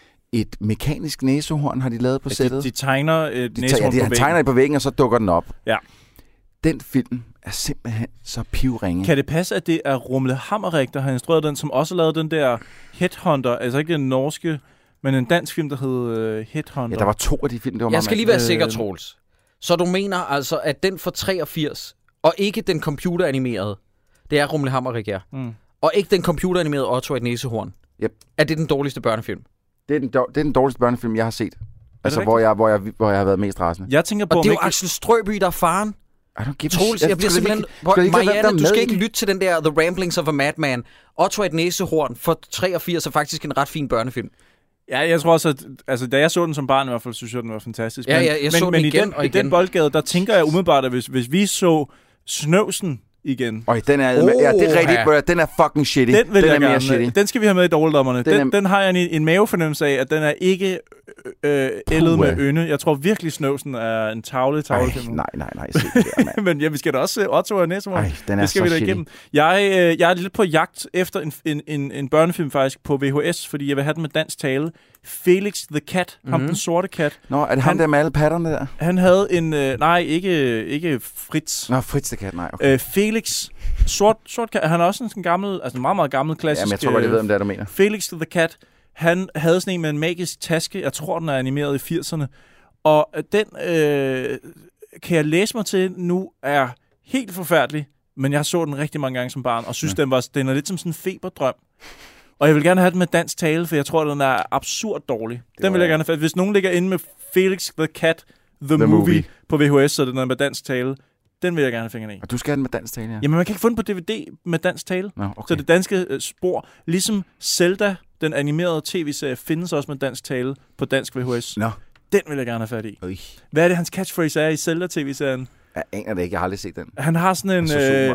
et mekanisk næsehorn, har de lavet på sættet. De, de tegner et de næsehorn ja, de, på han væggen. tegner det på væggen, og så dukker den op. Ja. Den film er simpelthen så pivringe. Kan det passe, at det er Rumle Hammerik, der har instrueret den, som også lavede den der Headhunter, altså ikke den norske, men en dansk film, der hed uh, Headhunter? Ja, der var to af de film, det var Jeg meget skal lige være sikker, Troels. Så du mener altså, at den fra treogfirs, og ikke den computeranimerede, det er Rumle Hammerik, ja. Mm. Og ikke den computeranimerede Otto et næsehorn. Yep. Er det den dårligste børnefilm? Det er den, det er den dårligste børnefilm, jeg har set. Altså, hvor jeg, hvor, jeg, hvor jeg har været mest rasende. Jeg tænker på, og det er jo ikke... Axel Strøby, der er faren. Troels, jeg, jeg bliver simpelthen... Ikke, ikke Marianne, du skal ikke lytte til den der The Ramblings of a Madman. Otto et næsehorn for treogfirs er faktisk en ret fin børnefilm. Ja, jeg tror også, at altså, da jeg så den som barn i hvert fald, synes jeg, den var fantastisk. Ja, men, ja, jeg men, så den men igen i den, og i igen. den boldgade, der tænker jeg umiddelbart, at hvis, hvis vi så Snøvsen igen. Øj, den er, oh, ja, det er rigtigt, ja. Den er fucking shitty. Den, vil den jeg er mere gerne. shitty. Den skal vi have med i dårligdommerne. Den, Den, er... den har jeg en, en mavefornemmelse af, at den er ikke øh, ældet med ynde. Jeg tror virkelig, Snøvsen er en tavle tavle. Ej, nej, nej, nej. Se det der, mand. Men ja, vi skal da også se Otto og Næsehorn. Ej, den er det skal så vi da shitty. igennem. Jeg, øh, jeg er lidt på jagt efter en, en, en, en børnefilm faktisk på V H S, fordi jeg vil have den med dansk tale. Felix the Cat, mm-hmm. ham den sorte kat. Nå, er det han, han der med alle patterne der? Han havde en... Øh, nej, ikke, ikke Fritz. Nå, Fritz the Cat, nej. Okay. Øh, Felix, sort, sort kat. Han er også en sådan gammel, altså en meget, meget gammel klassisk... Jamen, jeg tror godt, jeg ved, om det er, du mener. Felix the Cat, han havde sådan en med en magisk taske. Jeg tror, den er animeret i firserne. Og den øh, kan jeg læse mig til nu er helt forfærdelig, men jeg så den rigtig mange gange som barn, og synes, ja. den, var, den er lidt som sådan en feberdrøm. Og jeg vil gerne have den med dansk tale, for jeg tror, den er absurd dårlig. Den var... vil jeg gerne have. Hvis nogen ligger inde med Felix the Cat, The, the movie, movie, på V H S, så den er med dansk tale, den vil jeg gerne have fingrene i. Og du skal have den med dansk tale, ja? Jamen, man kan ikke få den på D V D med dansk tale. Nå, okay. Så det danske øh, spor, ligesom Zelda, den animerede tv-serie, findes også med dansk tale på dansk V H S. Nå. Den vil jeg gerne have fat i. Øj. Hvad er det, hans catchphrase er i Zelda-tv-serien? Jeg aner det ikke, jeg har aldrig set den. Han har sådan en... Øh,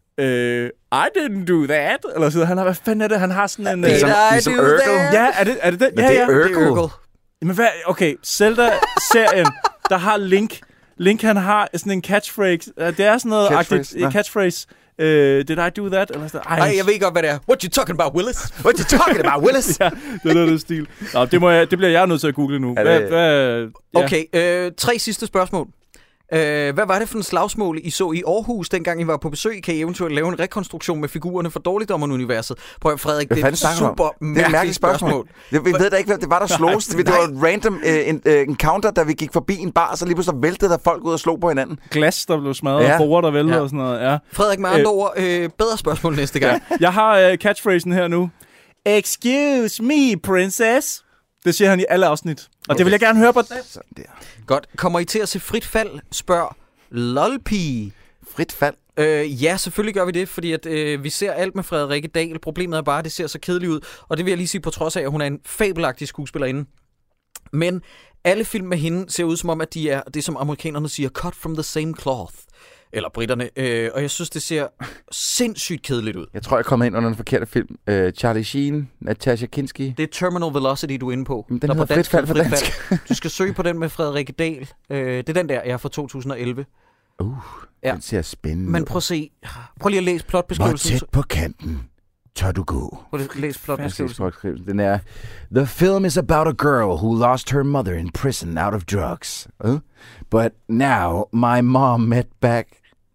øh, I didn't do that. Eller så han har, hvad fanden er det? Han har sådan en... Det er ligesom, I ligesom do Urkel. that? Ja, er det er det? Den? Men Ja, det er ja. Urkel. Urkel. Jamen hvad? Okay, Zelda-serien, der har Link. Link, han har sådan en catchphrase. Det er sådan noget Catchphrase, agtigt, catchphrase. Uh, did I do that? Eller sådan. Ej, jeg ved godt, hvad det er. What you talking about, Willis? What you talking about, Willis? Ja, det er noget det stil. Nå, det, må jeg, det bliver jeg nødt til at google nu. Er Hvad, det- hvad, ja. Okay, øh, tre sidste spørgsmål. Øh, hvad var det for en slagsmål, I så i Aarhus, dengang I var på besøg? Kan I eventuelt lave en rekonstruktion med figurerne fra Dårligdommerne-universet? Prøv at Frederik, Hvad det er fanden et snakker du om? super Det er et mærkeligt mærkeligt spørgsmål. spørgsmål. Det, vi ved da ikke, hvem det var, der slogs. Det var et random uh, en, uh, encounter, da vi gik forbi en bar, så lige pludselig væltede der folk ud og slog på hinanden. Glas, der blev smadret, Ja. ja. Borer, der væltede Ja. og sådan noget. Ja. Frederik, med andre øh, ord, øh, bedre spørgsmål næste gang. Jeg har uh, catchphrasen her nu. Excuse me, princess. Det siger han i alle afsnit. Og okay. det vil jeg gerne høre på dansk. Sådan der. Godt. Kommer I til at se Frit Fald? Spørg Lolpige. Frit fald. Øh, ja, selvfølgelig gør vi det, fordi at, øh, vi ser alt med Frederikke Dahl. Problemet er bare, at det ser så kedeligt ud. Og det vil jeg lige sige på trods af, at hun er en fabelagtig skuespillerinde. Men alle film med hende ser ud som om, at de er det, som amerikanerne siger, cut from the same cloth. Eller britterne. Øh, og jeg synes, det ser sindssygt kedeligt ud. Jeg tror, jeg kommer ind under den forkerte film. Uh, Charlie Sheen, Natasha Kinski. Det er Terminal Velocity, du er inde på. Men den Der hedder på dansk Frit Fald hedder på Frit Fald. Du skal søge på den med Frederikke Dahl. Øh, det er den der, jeg er fra to tusind og elleve. Uh, Ja. den ser spændende Men ud. prøv at se. Prøv lige at læse Hvor plotbeskrivelsen. tæt på kanten tør du gå? Prøv lige at læse plotbeskrivelsen. Den er, the film is about a girl who lost her mother in prison out of drugs. Uh? But now my mom met back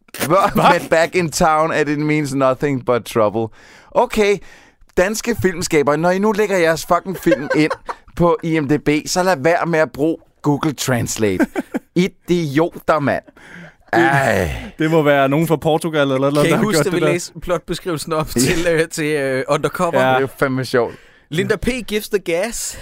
met back in town and it means nothing but trouble. Okay, danske filmskaber, når I nu lægger jeres fucking film ind på I M D B, så lad være med at bruge Google Translate. Idioter, mand. Ej. Det må være nogen fra Portugal eller noget, Kan I der har huske, gjort at vi det der. læste plotbeskrivelsen op til, uh, til uh, Undercover? Ja. Det er jo fandme sjovt. Linda P. gives the gas.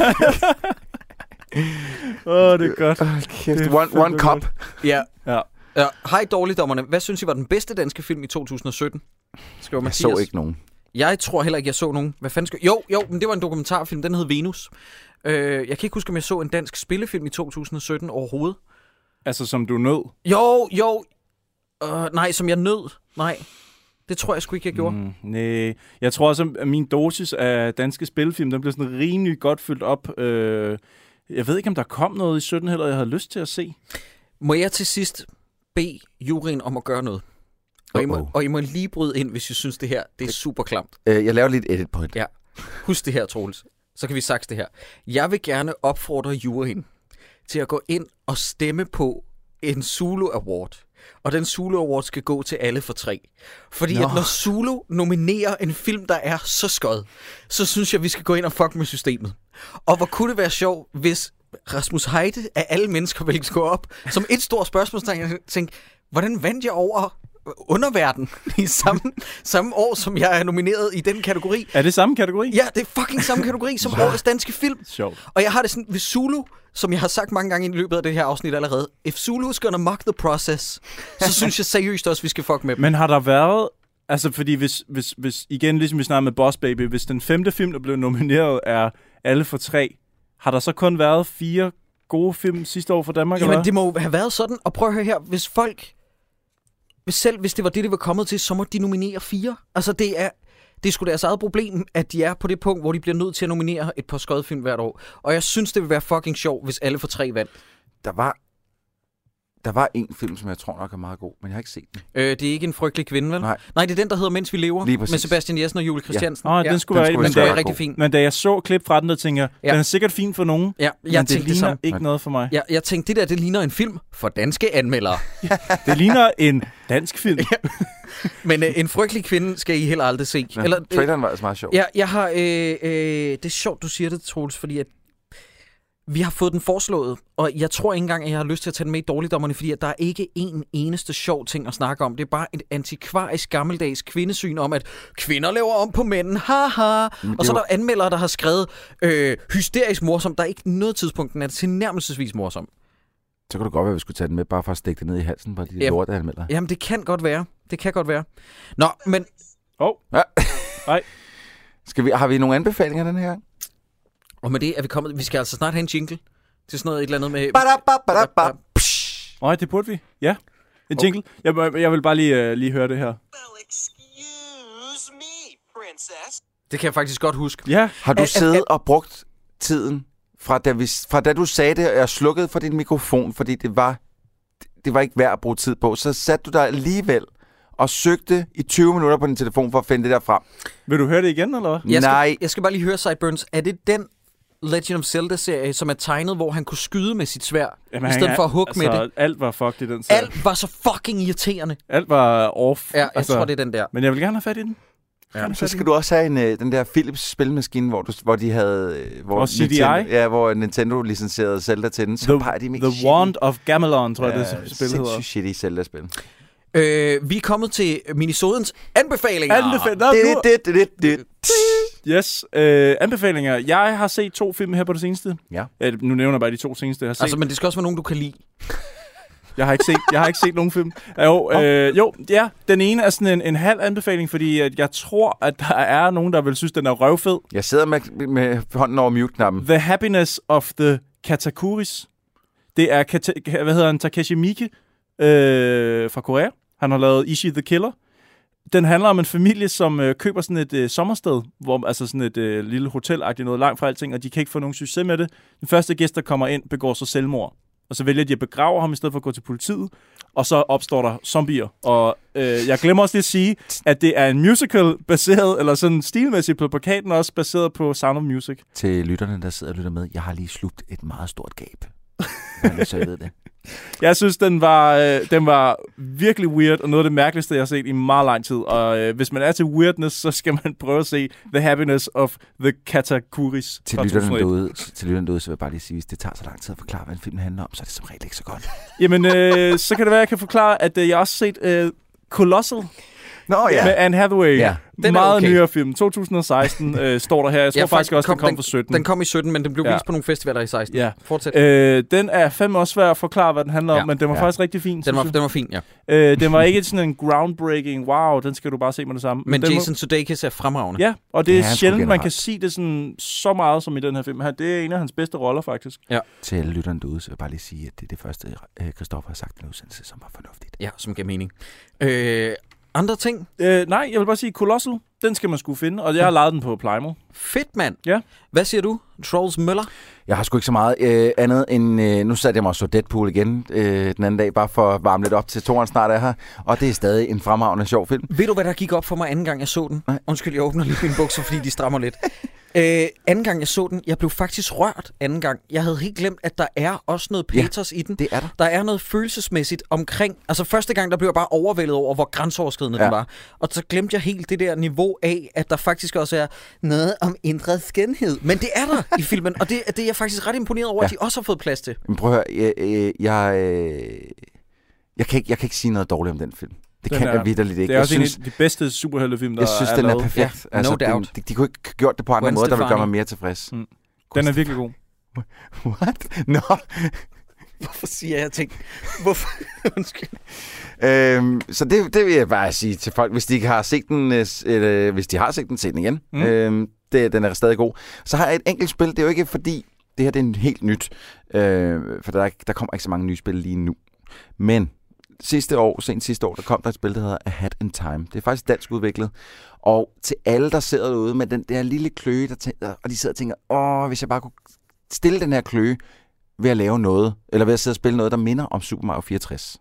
Åh, oh, det er godt. Oh, kæft. Det er One, fandme one cup. godt. Ja. Ja. Ja, hej dårligdommerne. Hvad synes I var den bedste danske film i to tusind og sytten? Skriver Jeg Mathias. så ikke nogen. Jeg tror heller ikke, jeg så nogen. Hvad fanden skal... Jo, jo, men det var en dokumentarfilm. Den hed Venus. Øh, jeg kan ikke huske, om jeg så en dansk spillefilm i to tusind og sytten overhovedet. Altså, som du nød. Jo, jo. Uh, nej, som jeg nød. Nej. Det tror jeg sgu ikke, jeg gjorde. Mm. Mm, nej. Jeg tror også, at min dosis af danske spillefilm, den blev sådan rimelig godt fyldt op. Øh, jeg ved ikke, om der kom noget i sytten heller, jeg havde lyst til at se. Må jeg til sidst bede juryen om at gøre noget? Og I, må, og I må lige bryde ind, hvis I synes, det her det er super klamt. Uh, jeg laver lidt edit point. Ja. Husk det her, Troels. Så kan vi sagt det her. Jeg vil gerne opfordre juryen til at gå ind og stemme på en Zulu Award. Og den Zulu Award skal gå til alle for tre. Fordi Nå. at når Zulu nominerer en film, der er så skød, så synes jeg, vi skal gå ind og fuck med systemet. Og hvor kunne det være sjovt, hvis Rasmus Heide af alle mennesker ville gå op som et stort spørgsmålstegn. Jeg tænkte, hvordan vandt jeg over underverden i samme, samme år, som jeg er nomineret i den kategori? Er det samme kategori? Ja, det er fucking samme kategori som årets danske film. Sjovt. Og jeg har det sådan, hvis Zulu, som jeg har sagt mange gange i løbet af det her afsnit allerede, if Zulu is gonna mock the process, så synes jeg seriøst også, vi skal fuck med dem. Men har der været... Altså, fordi hvis, hvis, hvis igen, ligesom vi snakker med Boss Baby, hvis den femte film, der blev nomineret, er alle for tre, har der så kun været fire gode film sidste år for Danmark? Jamen, eller? det må jo have været sådan. Og prøv at høre her, hvis folk... Hvis selv hvis det var det, de var kommet til, så må de nominere fire. Altså, det er... Det er sgu deres eget problem, at de er på det punkt, hvor de bliver nødt til at nominere et par skødfilm hvert år. Og jeg synes, det vil være fucking sjovt, hvis alle for tre vandt. Der var, der var en film, som jeg tror nok er meget god, men jeg har ikke set den. Øh, det er ikke en frygtelig kvinde, vel? Nej. Nej, det er den, der hedder Mens vi lever. Lige præcis. Med Sebastian Jessen og Julie Christiansen. Åh, den skulle den være skulle men, være da, god. rigtig fin. men da jeg så klip fra den, der tænker jeg, Ja. den er sikkert fin for nogen, Ja, jeg men det tænkte det ligner samme. ikke noget for mig. Ja, jeg tænkte, det der, det ligner en film for danske anmeldere. Det ligner en dansk film. Men øh, en frygtelig kvinde skal I heller aldrig se. Ja, Eller, øh, traileren var altså meget sjov. ja, jeg har... Øh, øh, det er sjovt, du siger det, Troels, fordi at vi har fået den foreslået, og jeg tror ikke engang, at jeg har lyst til at tage den med i dårligdommerne, fordi at der er ikke en eneste sjov ting at snakke om. Det er bare et antikvarisk, gammeldags kvindesyn om, at kvinder laver om på mænden, haha. Mm, Og så er jo. der anmeldere, der har skrevet øh, hysterisk morsom. Der er ikke noget tidspunkt, den er tilnærmelsesvis morsom. Så kunne det godt være, at vi skulle tage den med, bare for at stikke det ned i halsen på de Ja. lorte anmelder. Jamen, det kan godt være. Det kan godt være. Nå, men... Åh, Ja. Nej. Skal vi, har vi nogle anbefalinger den her gang? Og med det er vi kommet... Vi skal altså snart have en jingle til sådan noget et eller andet med... Ba-da-ba-ba-da-ba. Nej, det burde vi. Ja, en jingle. Jeg, jeg vil bare lige, uh, lige høre det her. Well, excuse me, princess. Det kan jeg faktisk godt huske. Ja, Har du Al- al- siddet og brugt tiden, fra da, vi, fra da du sagde det, og jeg slukkede for din mikrofon, fordi det var, det var ikke værd at bruge tid på, så satte du dig alligevel og søgte i tyve minutter på din telefon for at finde det der frem. vil du høre det igen, eller hvad? Jeg skal, Nej. Jeg skal bare lige høre, Sideburns. Er det den Legend of Zelda-serie, som er tegnet, hvor han kunne skyde med sit sværd, Jamen, i stedet han- for at hugge altså, med det? Alt var fucked i den serie. Alt, Alt var så fucking irriterende. alt var off. Ja, jeg altså, tror, det er den der. Men jeg vil gerne have fat i den. Ja. Så skal du også have en, øh, den der Philips spilmaskine, hvor, du, hvor de havde... øh, Hvor Og C D I? Nintendo, ja, hvor Nintendo licenserede Zelda til den. Så The, peger de mega the Wand of Gamelon, tror jeg, det spil spil hedder. Sindssygt shitty Zelda-spil. Øh, vi er kommet til Minisodens anbefalinger. Anbefalinger. Det, det, det, det, det. Yes, øh, anbefalinger. Jeg har set to film her på det seneste. Ja. Ja, nu nævner jeg bare de to seneste, jeg har set. Altså, men det skal også være nogen, du kan lide. Jeg har ikke set, jeg har ikke set nogen film. Jo, øh, jo, ja, den ene er sådan en, en halv anbefaling, fordi at jeg tror, at der er nogen, der vil synes, den er røvfed. Jeg sidder med, med hånden over mute-knappen. The Happiness of the Katakuris. Det er, Kata- hvad hedder han, Takeshi Miike øh, fra Korea. Han har lavet Ishi the Killer. Den handler om en familie, som øh, køber sådan et øh, sommersted, hvor, altså sådan et øh, lille hotelagtigt noget langt fra alting, og de kan ikke få nogen succes med det. Den første gæst, der kommer ind, begår så selvmord. Og så vælger de at begrave ham, i stedet for at gå til politiet. Og så opstår der zombier. Og øh, jeg glemmer også lige at sige, at det er en musical baseret, eller sådan stilmæssigt på plakaten også, baseret på Sound of Music. Til lytterne, der sidder og lytter med, jeg har lige slugt et meget stort gab. Bare så jeg ved det. Jeg synes, den var, øh, den var virkelig weird, og noget af det mærkeligste, jeg har set i meget lang tid. Og øh, hvis man er til weirdness, så skal man prøve at se The Happiness of the Katakuris. Til lytterne derude, til lytterne derude, så vil jeg bare lige sige, hvis det tager så lang tid at forklare, hvad en film handler om, så er det som regel ikke så godt. Jamen, øh, så kan det være, at jeg kan forklare, at øh, jeg også har set øh, Colossal. Nå ja. Med Anne Hathaway. Ja. Den er meget okay. nyere film. to tusind og seksten øh, står der her. Jeg tror Ja, faktisk også, kom, den kom den, fra sytten. Den kom i sytten, men den blev Ja. vist på nogle festivaler i seksten. Ja. Fortsæt. Øh, den er fandme også svær at forklare, hvad den handler om, Ja. men den var Ja. faktisk rigtig fin. Den synes var, jeg. den var fin, ja. Øh, den var ikke sådan en groundbreaking, wow, den skal du bare se med det samme. Men den Jason Sudeikis er fremragende. Ja, og det Det er er han sgu sjældent, man generelt. kan sige det sådan så meget som i den her film. Han- Det er en af hans bedste roller, faktisk. Til alle lytterne derude, så vil jeg bare lige sige, at det er det første, øh, Christoffer har sagt i en udsendelse, som var fornuftigt. Ja, som gav mening. Øh, andre ting? Øh, nej, jeg vil bare sige, Colossal, den skal man skulle finde, og jeg har lejet den på Plejmo. Fedt, mand. Ja. Hvad siger du, Trolls Møller? Jeg har sgu ikke så meget øh, andet end... Øh, nu satte jeg mig og så Deadpool igen øh, den anden dag, bare for at varme lidt op til toren snart er her. Og det er stadig en fremragende sjov film. Ved du, hvad der gik op for mig anden gang, jeg så den? Nej. Undskyld, jeg åbner lige mine bukser, fordi de strammer lidt. øh, anden gang, jeg så den, jeg blev faktisk rørt anden gang. Jeg havde helt glemt, at der er også noget patos ja, i den. Det er der. Der er noget følelsesmæssigt omkring... Altså første gang, der blev jeg bare overvældet over, hvor grænseoverskridende ja. den var. Og så glemte jeg helt det der niveau af, at der faktisk også er noget om indre skønhed. Men det er der i filmen, og det, det er jeg faktisk ret imponeret over, ja. at de også har fået plads til. Men prøv at høre, jeg, jeg, jeg, øh, jeg, kan ikke, jeg kan ikke sige noget dårligt om den film. Det Den kan er- jeg vitterligt ikke. Det er jeg også synes, en af de bedste superheltefilm, der jeg synes er den er lavet. perfekt. Ja, no altså, doubt. den, de, de kunne ikke have gjort det på andre Gwen måder, der ville gøre Stefani. mig mere tilfreds. Mm. Den er virkelig god. What? Nå. Hvorfor siger jeg ting? Hvorfor? Undskyld. Øhm, så det, det vil jeg bare sige til folk, hvis de ikke har set den, øh, eller hvis de har set den, se den igen. Mm. Øhm, det, den er stadig god. Så har jeg et enkelt spil. Det er jo ikke fordi, det her det er en helt nyt, øh, for der, der kommer ikke så mange nye spil lige nu. Men sidste år, sent sidste år, der kom der et spil, der hedder A Hat in Time. Det er faktisk dansk udviklet. Og til alle, der sidder derude med den der lille kløe, der tænker, og de sidder og tænker, åh, hvis jeg bare kunne stille den her kløe ved at lave noget, eller ved at sidde og spille noget, der minder om Super Mario fireogtres,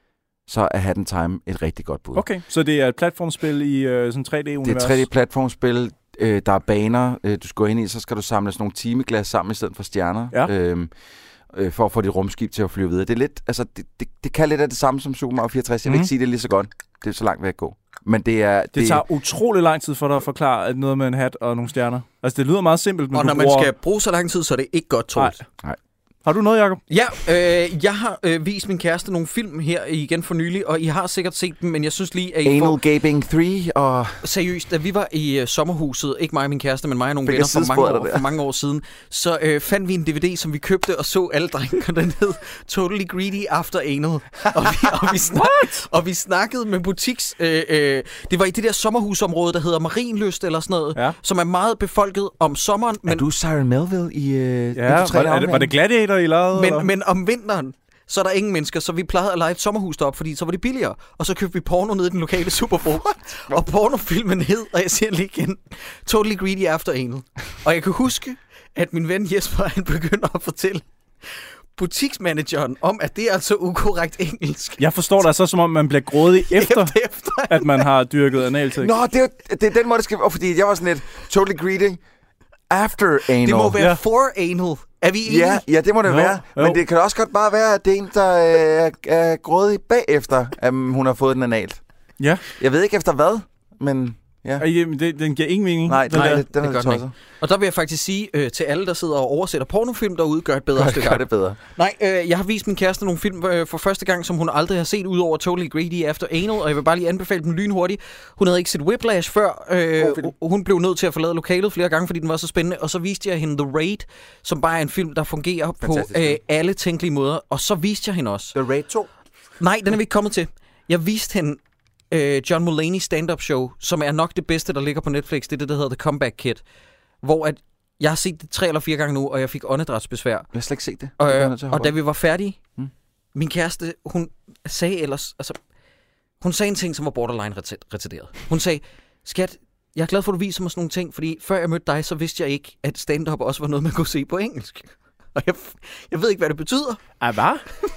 så er Hat in Time et rigtig godt bud. Okay, så det er et platformspil i øh, sådan tre D-univers? Det er et tre D-platformspil. Øh, der er baner, øh, du skal gå ind i, så skal du samle sådan nogle timeglas sammen i stedet for stjerner, Ja. øh, øh, for at få dit rumskib til at flyve videre. Det er lidt, altså, det, det, det kan lidt af det samme som Super Mario fireogtres. Jeg vil Mhm. ikke sige, det er lige så godt. Det er så langt ved at gå. Men det er... Det tager utrolig lang tid for dig at forklare at noget med en hat og nogle stjerner. Altså, det lyder meget simpelt, men Og du når man bruger... skal bruge så lang tid, så er det ikke godt, Troels. Nej. Har du noget, Jacob? Ja, øh, jeg har øh, vist min kæreste nogle film her igen for nylig, og I har sikkert set dem, men jeg synes lige, at I Anal får... Gaping tre og... Seriøst, da vi var i øh, sommerhuset, ikke mig og min kæreste, men mig og nogle Fik jeg venner for mange, sidespurgt dig år, der? for mange år siden, så øh, fandt vi en D V D, som vi købte og så alle drengene, den hed Totally Greedy After Anal. Og vi, og vi, snak, og vi snakkede med butiks... Øh, øh, det var i det der sommerhusområde, der hedder Marienlyst eller sådan noget, Ja. som er meget befolket om sommeren, Men... Er du Siren Melville i... Øh, Ja, var, er det, var det Gladiator, I lavede? eller? Men, men om vinteren, så er der ingen mennesker, så vi plejede at lege et sommerhus deroppe, fordi så var det billigere. Og så købte vi porno nede i den lokale Superbrug. Og pornofilmen hed, og jeg siger lige igen, Totally Greedy After Anal. Og jeg kan huske, at min ven Jesper, han begynder at fortælle butiksmanageren om, at det er altså ukorrekt engelsk. Jeg forstår det så, som om man bliver grådig efter, Efter, efter. at man har dyrket analsex. Nå, det er, det er den måde, det skal... Oh, fordi jeg var sådan lidt Totally Greedy After Anal. Det må være Ja. for anal. Er vi enige? Ja, ja, det må det Nå, være. jo. Men det kan også godt bare være, at det er en, der øh, er grådig bagefter, at hun har fået den analt. Ja. Jeg ved ikke efter hvad, men ja. Ej, jamen, det, den giver ingen mening. Nej, den den, der. er, den det er gør lidt den ikke. tosset. Og der vil jeg faktisk sige øh, til alle, der sidder og oversætter pornofilm derude, gør et bedre Gør, stykke gør det bedre. Nej, øh, jeg har vist min kæreste nogle film øh, for første gang, som hun aldrig har set, udover Totally Greedy After Anal, og jeg vil bare lige anbefale dem lynhurtigt. Hun havde ikke set Whiplash før. Øh, God film. hun blev nødt til at forlade lokalet flere gange, fordi den var så spændende, og så viste jeg hende The Raid, som bare er en film, der fungerer Fantastisk på øh, film. alle tænkelige måder, og så viste jeg hende også. The Raid to. Nej, den er vi ikke kommet til. Jeg viste hende øh, John Mulaney stand-up show, som er nok det bedste, der ligger på Netflix. Det er det, der hedder The Comeback Kid, hvor at jeg har set det tre eller fire gange nu, og jeg fik åndedrætsbesvær. Jeg har slet ikke set det. Og, Det er jeg øh, nødt til at og hoppe da vi var færdige, Mm. min kæreste, hun sagde ellers, altså, hun sagde en ting, som var borderline ret- retarderet. Hun sagde, skat, jeg er glad for, at du viser mig sådan nogle ting, fordi før jeg mødte dig, så vidste jeg ikke, at stand-up også var noget, man kunne se på engelsk. Og jeg, jeg ved ikke, hvad det betyder, Ah, hvad?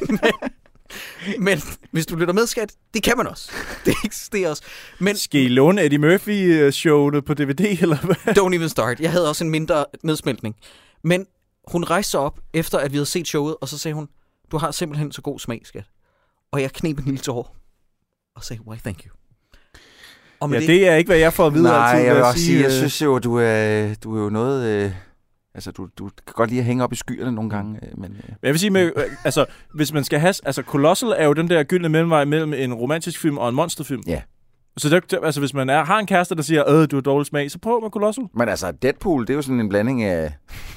men hvis du lytter med, skat, det kan man også. Det eksisterer også. Men Skal I låne Eddie Murphy-showet på D V D, eller hvad? don't even start. Jeg havde også en mindre nedsmeltning. Men hun rejste sig op, efter at vi havde set showet, og så sagde hun, Du har simpelthen så god smag, skat. Og jeg kneb en lille tår og sagde, why thank you. Og Ja, det, det er ikke, hvad jeg får at vide. Nej, altid, jeg vil at også sige, jeg øh, synes jo, du er, du er jo noget... Øh, altså, du, du kan godt lide at hænge op i skyerne nogle gange, øh, men... Øh. Jeg vil sige, med, øh, altså, hvis man skal have... Altså, Colossal er jo den der gyldne mellemvej mellem en romantisk film og en monsterfilm. Ja. Så det, altså, hvis man er, har en kæreste, der siger, øh, du har dårlig smag, så prøv med Colossal. Men altså, Deadpool, det er jo sådan en blanding af...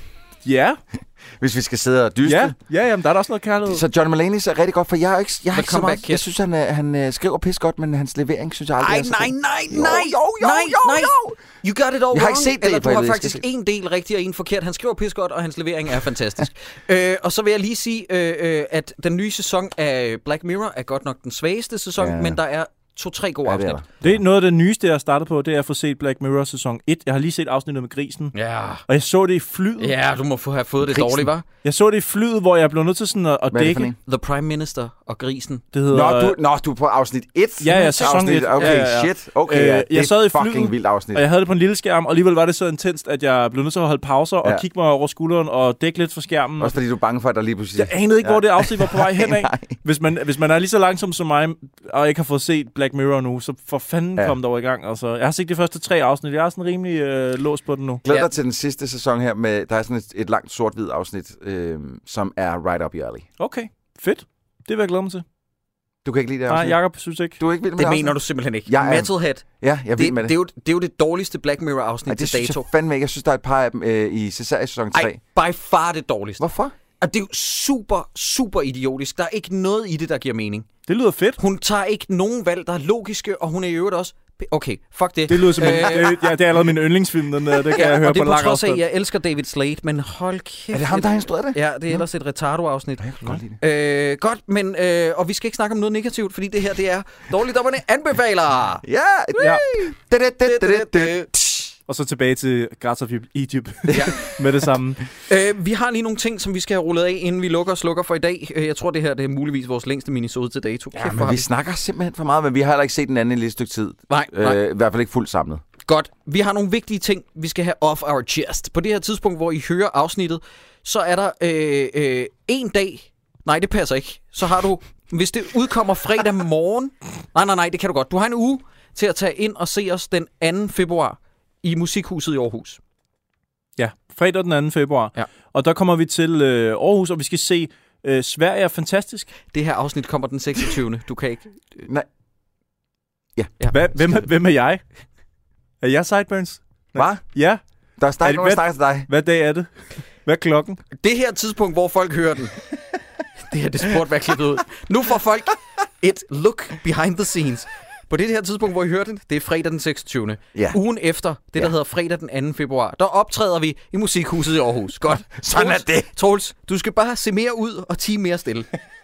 Ja. Hvis vi skal sidde og dyste. Ja, ja, jamen, der er da også noget kærlighed. Så John Mulaney er rigtig godt, for jeg er ikke, jeg er The ikke så Comeback meget, Kid. jeg synes, han, øh, han øh, skriver pis godt, men hans levering synes jeg aldrig Ej, er så nej, god. nej, nej, Jo, jo, nej, jo, nej. jo. You got it all Jeg har ikke wrong. set det Eller på du har helvede, faktisk skal en del rigtig og en forkert. Han skriver pis godt, og hans levering er fantastisk. øh, og så vil jeg lige sige, øh, øh, at den nye sæson af Black Mirror er godt nok den svageste sæson, Ja. men der er to-tre gode Ja, det er afsnit. der. Det er noget af det nyeste, jeg har startet på, det er at få set Black Mirror sæson et. Jeg har lige set afsnittet med grisen, Ja. og jeg så det i flyet. Ja, du må få have fået det Grisen. dårligt, hva'? Jeg så det i flyet, hvor jeg blev nødt til sådan at, at Hvad er det for dække. en? The Prime Minister og grisen. Det hedder... Nå, du, nå, du er på afsnit et? Ja, ja, sæson afsnit, et. Okay, Ja, ja, ja. shit. Okay, Øh, ja, jeg det er sad i fucking flyet, vildt afsnit. Og jeg havde det på en lille skærm, og alligevel var det så intenst, at jeg blev nødt til at holde pauser og Ja. kigge mig over skulderen og dække lidt for skærmen. Også fordi du er bange for, at der lige pludselig... Jeg anede ikke, Ja. hvor det afsnit var på vej hen af. Nej. Hvis man, hvis man er lige så langsom som mig, og ikke har fået set Black Mirror nu, så for fanden Ja. kom der over i gang. Altså, jeg har set de første tre afsnit. Jeg er sådan rimelig øh, låst på den nu. Glæd dig Ja. til den sidste sæson her med... Der er sådan et, et langt sort-hvid afsnit, øh, som er right up your alley. Okay, fedt. Det vil jeg glæde mig til. Du kan ikke lide det Nej, afsnit? Jacob synes ikke. Du er ikke vild med Det det mener afsnit? du simpelthen ikke. Jeg er- Metalhead, Ja, jeg er det, vild med det. det, er jo, det er jo det dårligste Black Mirror-afsnit Ej, det til synes dato. jeg fandme ikke. Jeg synes, der er et par af dem øh, i især i sæson tre. Ej, by far det dårligste. Hvorfor? Og det er jo super, super idiotisk. Der er ikke noget i det, der giver mening. Det lyder fedt. Hun tager ikke nogen valg, der er logiske, og hun er i øvrigt også... Okay, fuck det. Det lyder som en, Øh, det, ja, det er allerede min yndlingsfilm, den der. Det kan ja, jeg høre og det på er på lang trods af, afstand. jeg elsker David Slade, men hold kæft. Er det ham, der har instrueret det? Ja, det er ellers et retardo-afsnit. Jeg kan godt lide det. Øh, godt, men... Øh, og vi skal ikke snakke om noget negativt, fordi det her, det er Dårligdommerne anbefaler! Ja! Ja. Det, det, det, det, det, det. Og så tilbage til Gods of Egypt Ja. med det samme. Øh, vi har lige nogle ting, som vi skal have rullet af, inden vi lukker og slukker for i dag. Øh, Jeg tror, det her det er muligvis vores længste minisode til dato. Ja, Kæft, hvor men har vi snakker simpelthen for meget, men vi har heller ikke set den anden i et lille stykke tid. Nej, nej. Øh, I hvert fald ikke fuldt samlet. Godt. Vi har nogle vigtige ting, vi skal have off our chest. På det her tidspunkt, hvor I hører afsnittet, så er der øh, øh, en dag... Nej, det passer ikke. Så har du... Hvis det udkommer fredag morgen... Nej, nej, nej, det kan du godt. Du har en uge til at tage ind og se os den anden februar i Musikhuset i Aarhus. Ja, fredag den anden februar. Ja. Og der kommer vi til øh, Aarhus, og vi skal se øh, Sverige er fantastisk. Det her afsnit kommer den seksogtyvende Du kan ikke... Nej. Ja. Ja. Hva, hvem, er, hvem er jeg? Er jeg Sideburns? Hvad? Ja. Der er Er snart det nogen, der hvad- snakker til dig. Hvad dag er det? Hvad er klokken? Det her tidspunkt, hvor folk hører den... det her, det spurgte være klippet ud. Nu får folk et look behind the scenes. På det her tidspunkt, hvor I hører den, det er fredag den seksogtyvende Ja. Ugen efter, det der Ja. hedder fredag den anden februar, der optræder vi i Musikhuset i Aarhus. Godt. Sådan er det. Troels, du skal bare se mere ud og tige mere stille.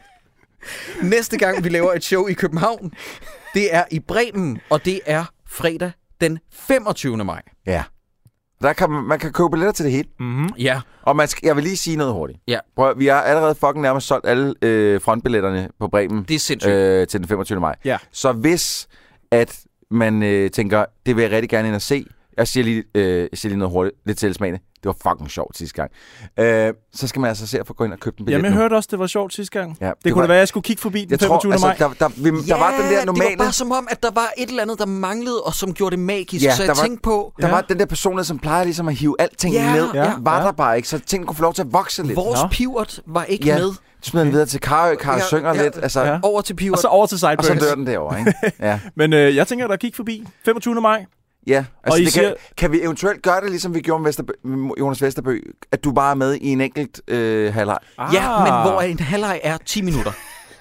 Næste gang, vi laver et show i København, det er i Bremen, og det er fredag den femogtyvende maj. Ja. Der kan man, man kan købe billetter til det hele. Mm-hmm. Ja. Og man skal, jeg vil lige sige noget hurtigt. Ja. Prøv, at- vi har allerede fucking nærmest solgt alle øh, frontbilletterne på Bremen Det er sindssygt. øh, til den femogtyvende maj. Ja. Så hvis at man øh, tænker, det vil jeg rigtig gerne ind og se, jeg siger lige, øh, jeg siger lige noget hurtigt, lidt tilsmagende. Det var fucking sjovt sidste gang. Øh, så skal man altså se at få gå ind og købe en billet Jamen, jeg nu. hørte også, det var sjovt sidste gang. Ja, Det, det kunne var, da være, at jeg skulle kigge forbi den jeg tror, femogtyvende altså, maj. der, der, vi, der var den der normale... det var bare som om, at der var et eller andet, der manglede, og som gjorde det magisk. Ja, så der jeg var- tænkte på, Der Ja. var den der personlighed, som plejer ligesom at hive alting Ja, ned. ja, Var ja. der bare ikke, så tingene kunne få lov til at vokse lidt. vores Nå. pivot var ikke Ja. med. Du smider den videre til Karø, Karø Ja, synger ja, lidt, altså, ja. Over til pivot. Og så over til og så Sideburns. dør den derovre, ikke? Ja. Men øh, jeg tænker, der kigge forbi femogtyvende maj. Ja, altså Og I det siger- kan, kan vi eventuelt gøre det, ligesom vi gjorde med Vesterbø, Jonas Vesterbø, at du bare er med i en enkelt øh, halvleg? Ah. Ja, men hvor en halvleg er ti minutter.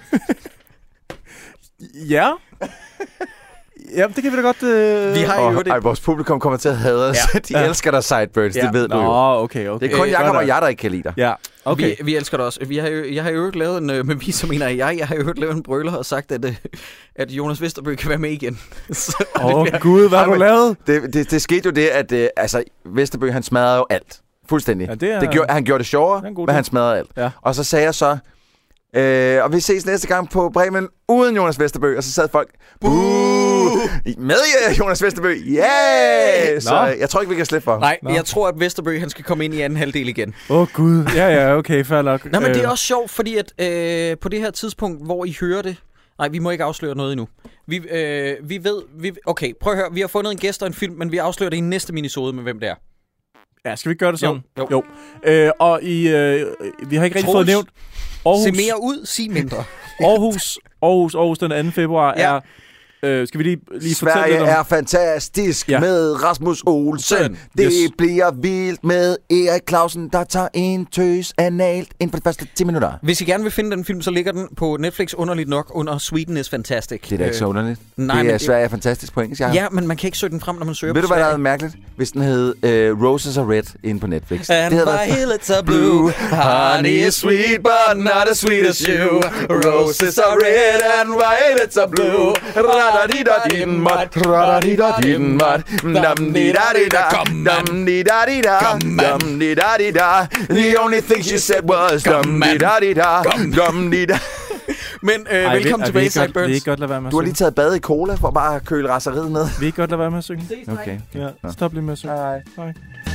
Ja. Jamen, det kan vi da godt... Øh... Vi har jo Og, det. ej, vores publikum kommer til at hade os. Ja. De Ja. elsker dig, Sideburns, ja. det ved Nå, du jo. okay, okay. Det er kun Øh, Jacob godt og nok. jeg, der ikke kan lide dig. Ja, okay. Vi, vi elsker det også. Vi har jo, jeg har jo ikke lavet en, øh, med vi, så mener jeg, jeg, jeg har jo ikke lavet en brøler og sagt, at, øh, at Jonas Vesterbø kan være med igen. Så, Åh, oh, gud, hvad har du men- lavet? Det, det, det skete jo det, at øh, altså, Vesterbø, han smadrede jo alt. Fuldstændig. Ja, det er- det gjorde, han gjorde det sjovere, Det er en god men ting. han smadrede alt. Ja. Og så sagde jeg så, Øh, og vi ses næste gang på Bremen uden Jonas Vesterbø. Og så sad folk, buh, med ja, Jonas Vesterbø. Yeah! Så jeg tror ikke, vi kan slippe for ham. Nej, Nå. jeg tror, at Vesterbø han skal komme ind i anden halvdel igen. Åh oh, gud, ja ja, okay, fair nok. Nå, men det er også sjovt, fordi at øh, på det her tidspunkt, hvor I hører det... Nej, vi må ikke afsløre noget endnu. Vi, øh, vi ved... Vi, okay, prøv at høre. Vi har fundet en gæst og en film, men vi afslører det i næste minisode med, hvem det er. Ja, skal vi gøre det sådan? Jo. jo. jo. Øh, og I, øh, vi har ikke rigtig Troels, fået nævnt... Aarhus, se mere ud, sig mindre. Aarhus, Aarhus, Aarhus den anden februar ja. er... Øh, skal vi lige, lige Sverige fortælle lidt om... er fantastisk ja. med Rasmus Olsen. Det yes. bliver vildt med Erik Clausen, der tager en tøs analt inden for de første ti minutter. Hvis I gerne vil finde den film, så ligger den på Netflix underligt nok under Sweden is Fantastic. Det er da ikke så underligt. Nej, det er Sverige er fantastisk på engelsk. Ja. ja, men man kan ikke søge den frem, når man søger Ved på du, hvad der Sverige? er mærkeligt? Hvis den hed uh, Roses Are Red inde på Netflix. And det violets are blue, honey is sweet, but not as sweet as you. Roses are red and violets are blue. Ra-da-di-da-din. Mud, ra-da-di-da-din mud, dum-di-da-di-da, dum-di-da-di-da, dum-di-da-di-da. The only thing she said was dum-di-da-di-da, dum-di-da. Men øh, Ej, velkommen tilbage, Sideburns. Vi ikke godt lade være med at Du har lige taget bad i cola for bare at køle raseriet ned. Vi ikke godt lade være med at synge. Okay. Ja, stop lige med at synge. Hej. Hej.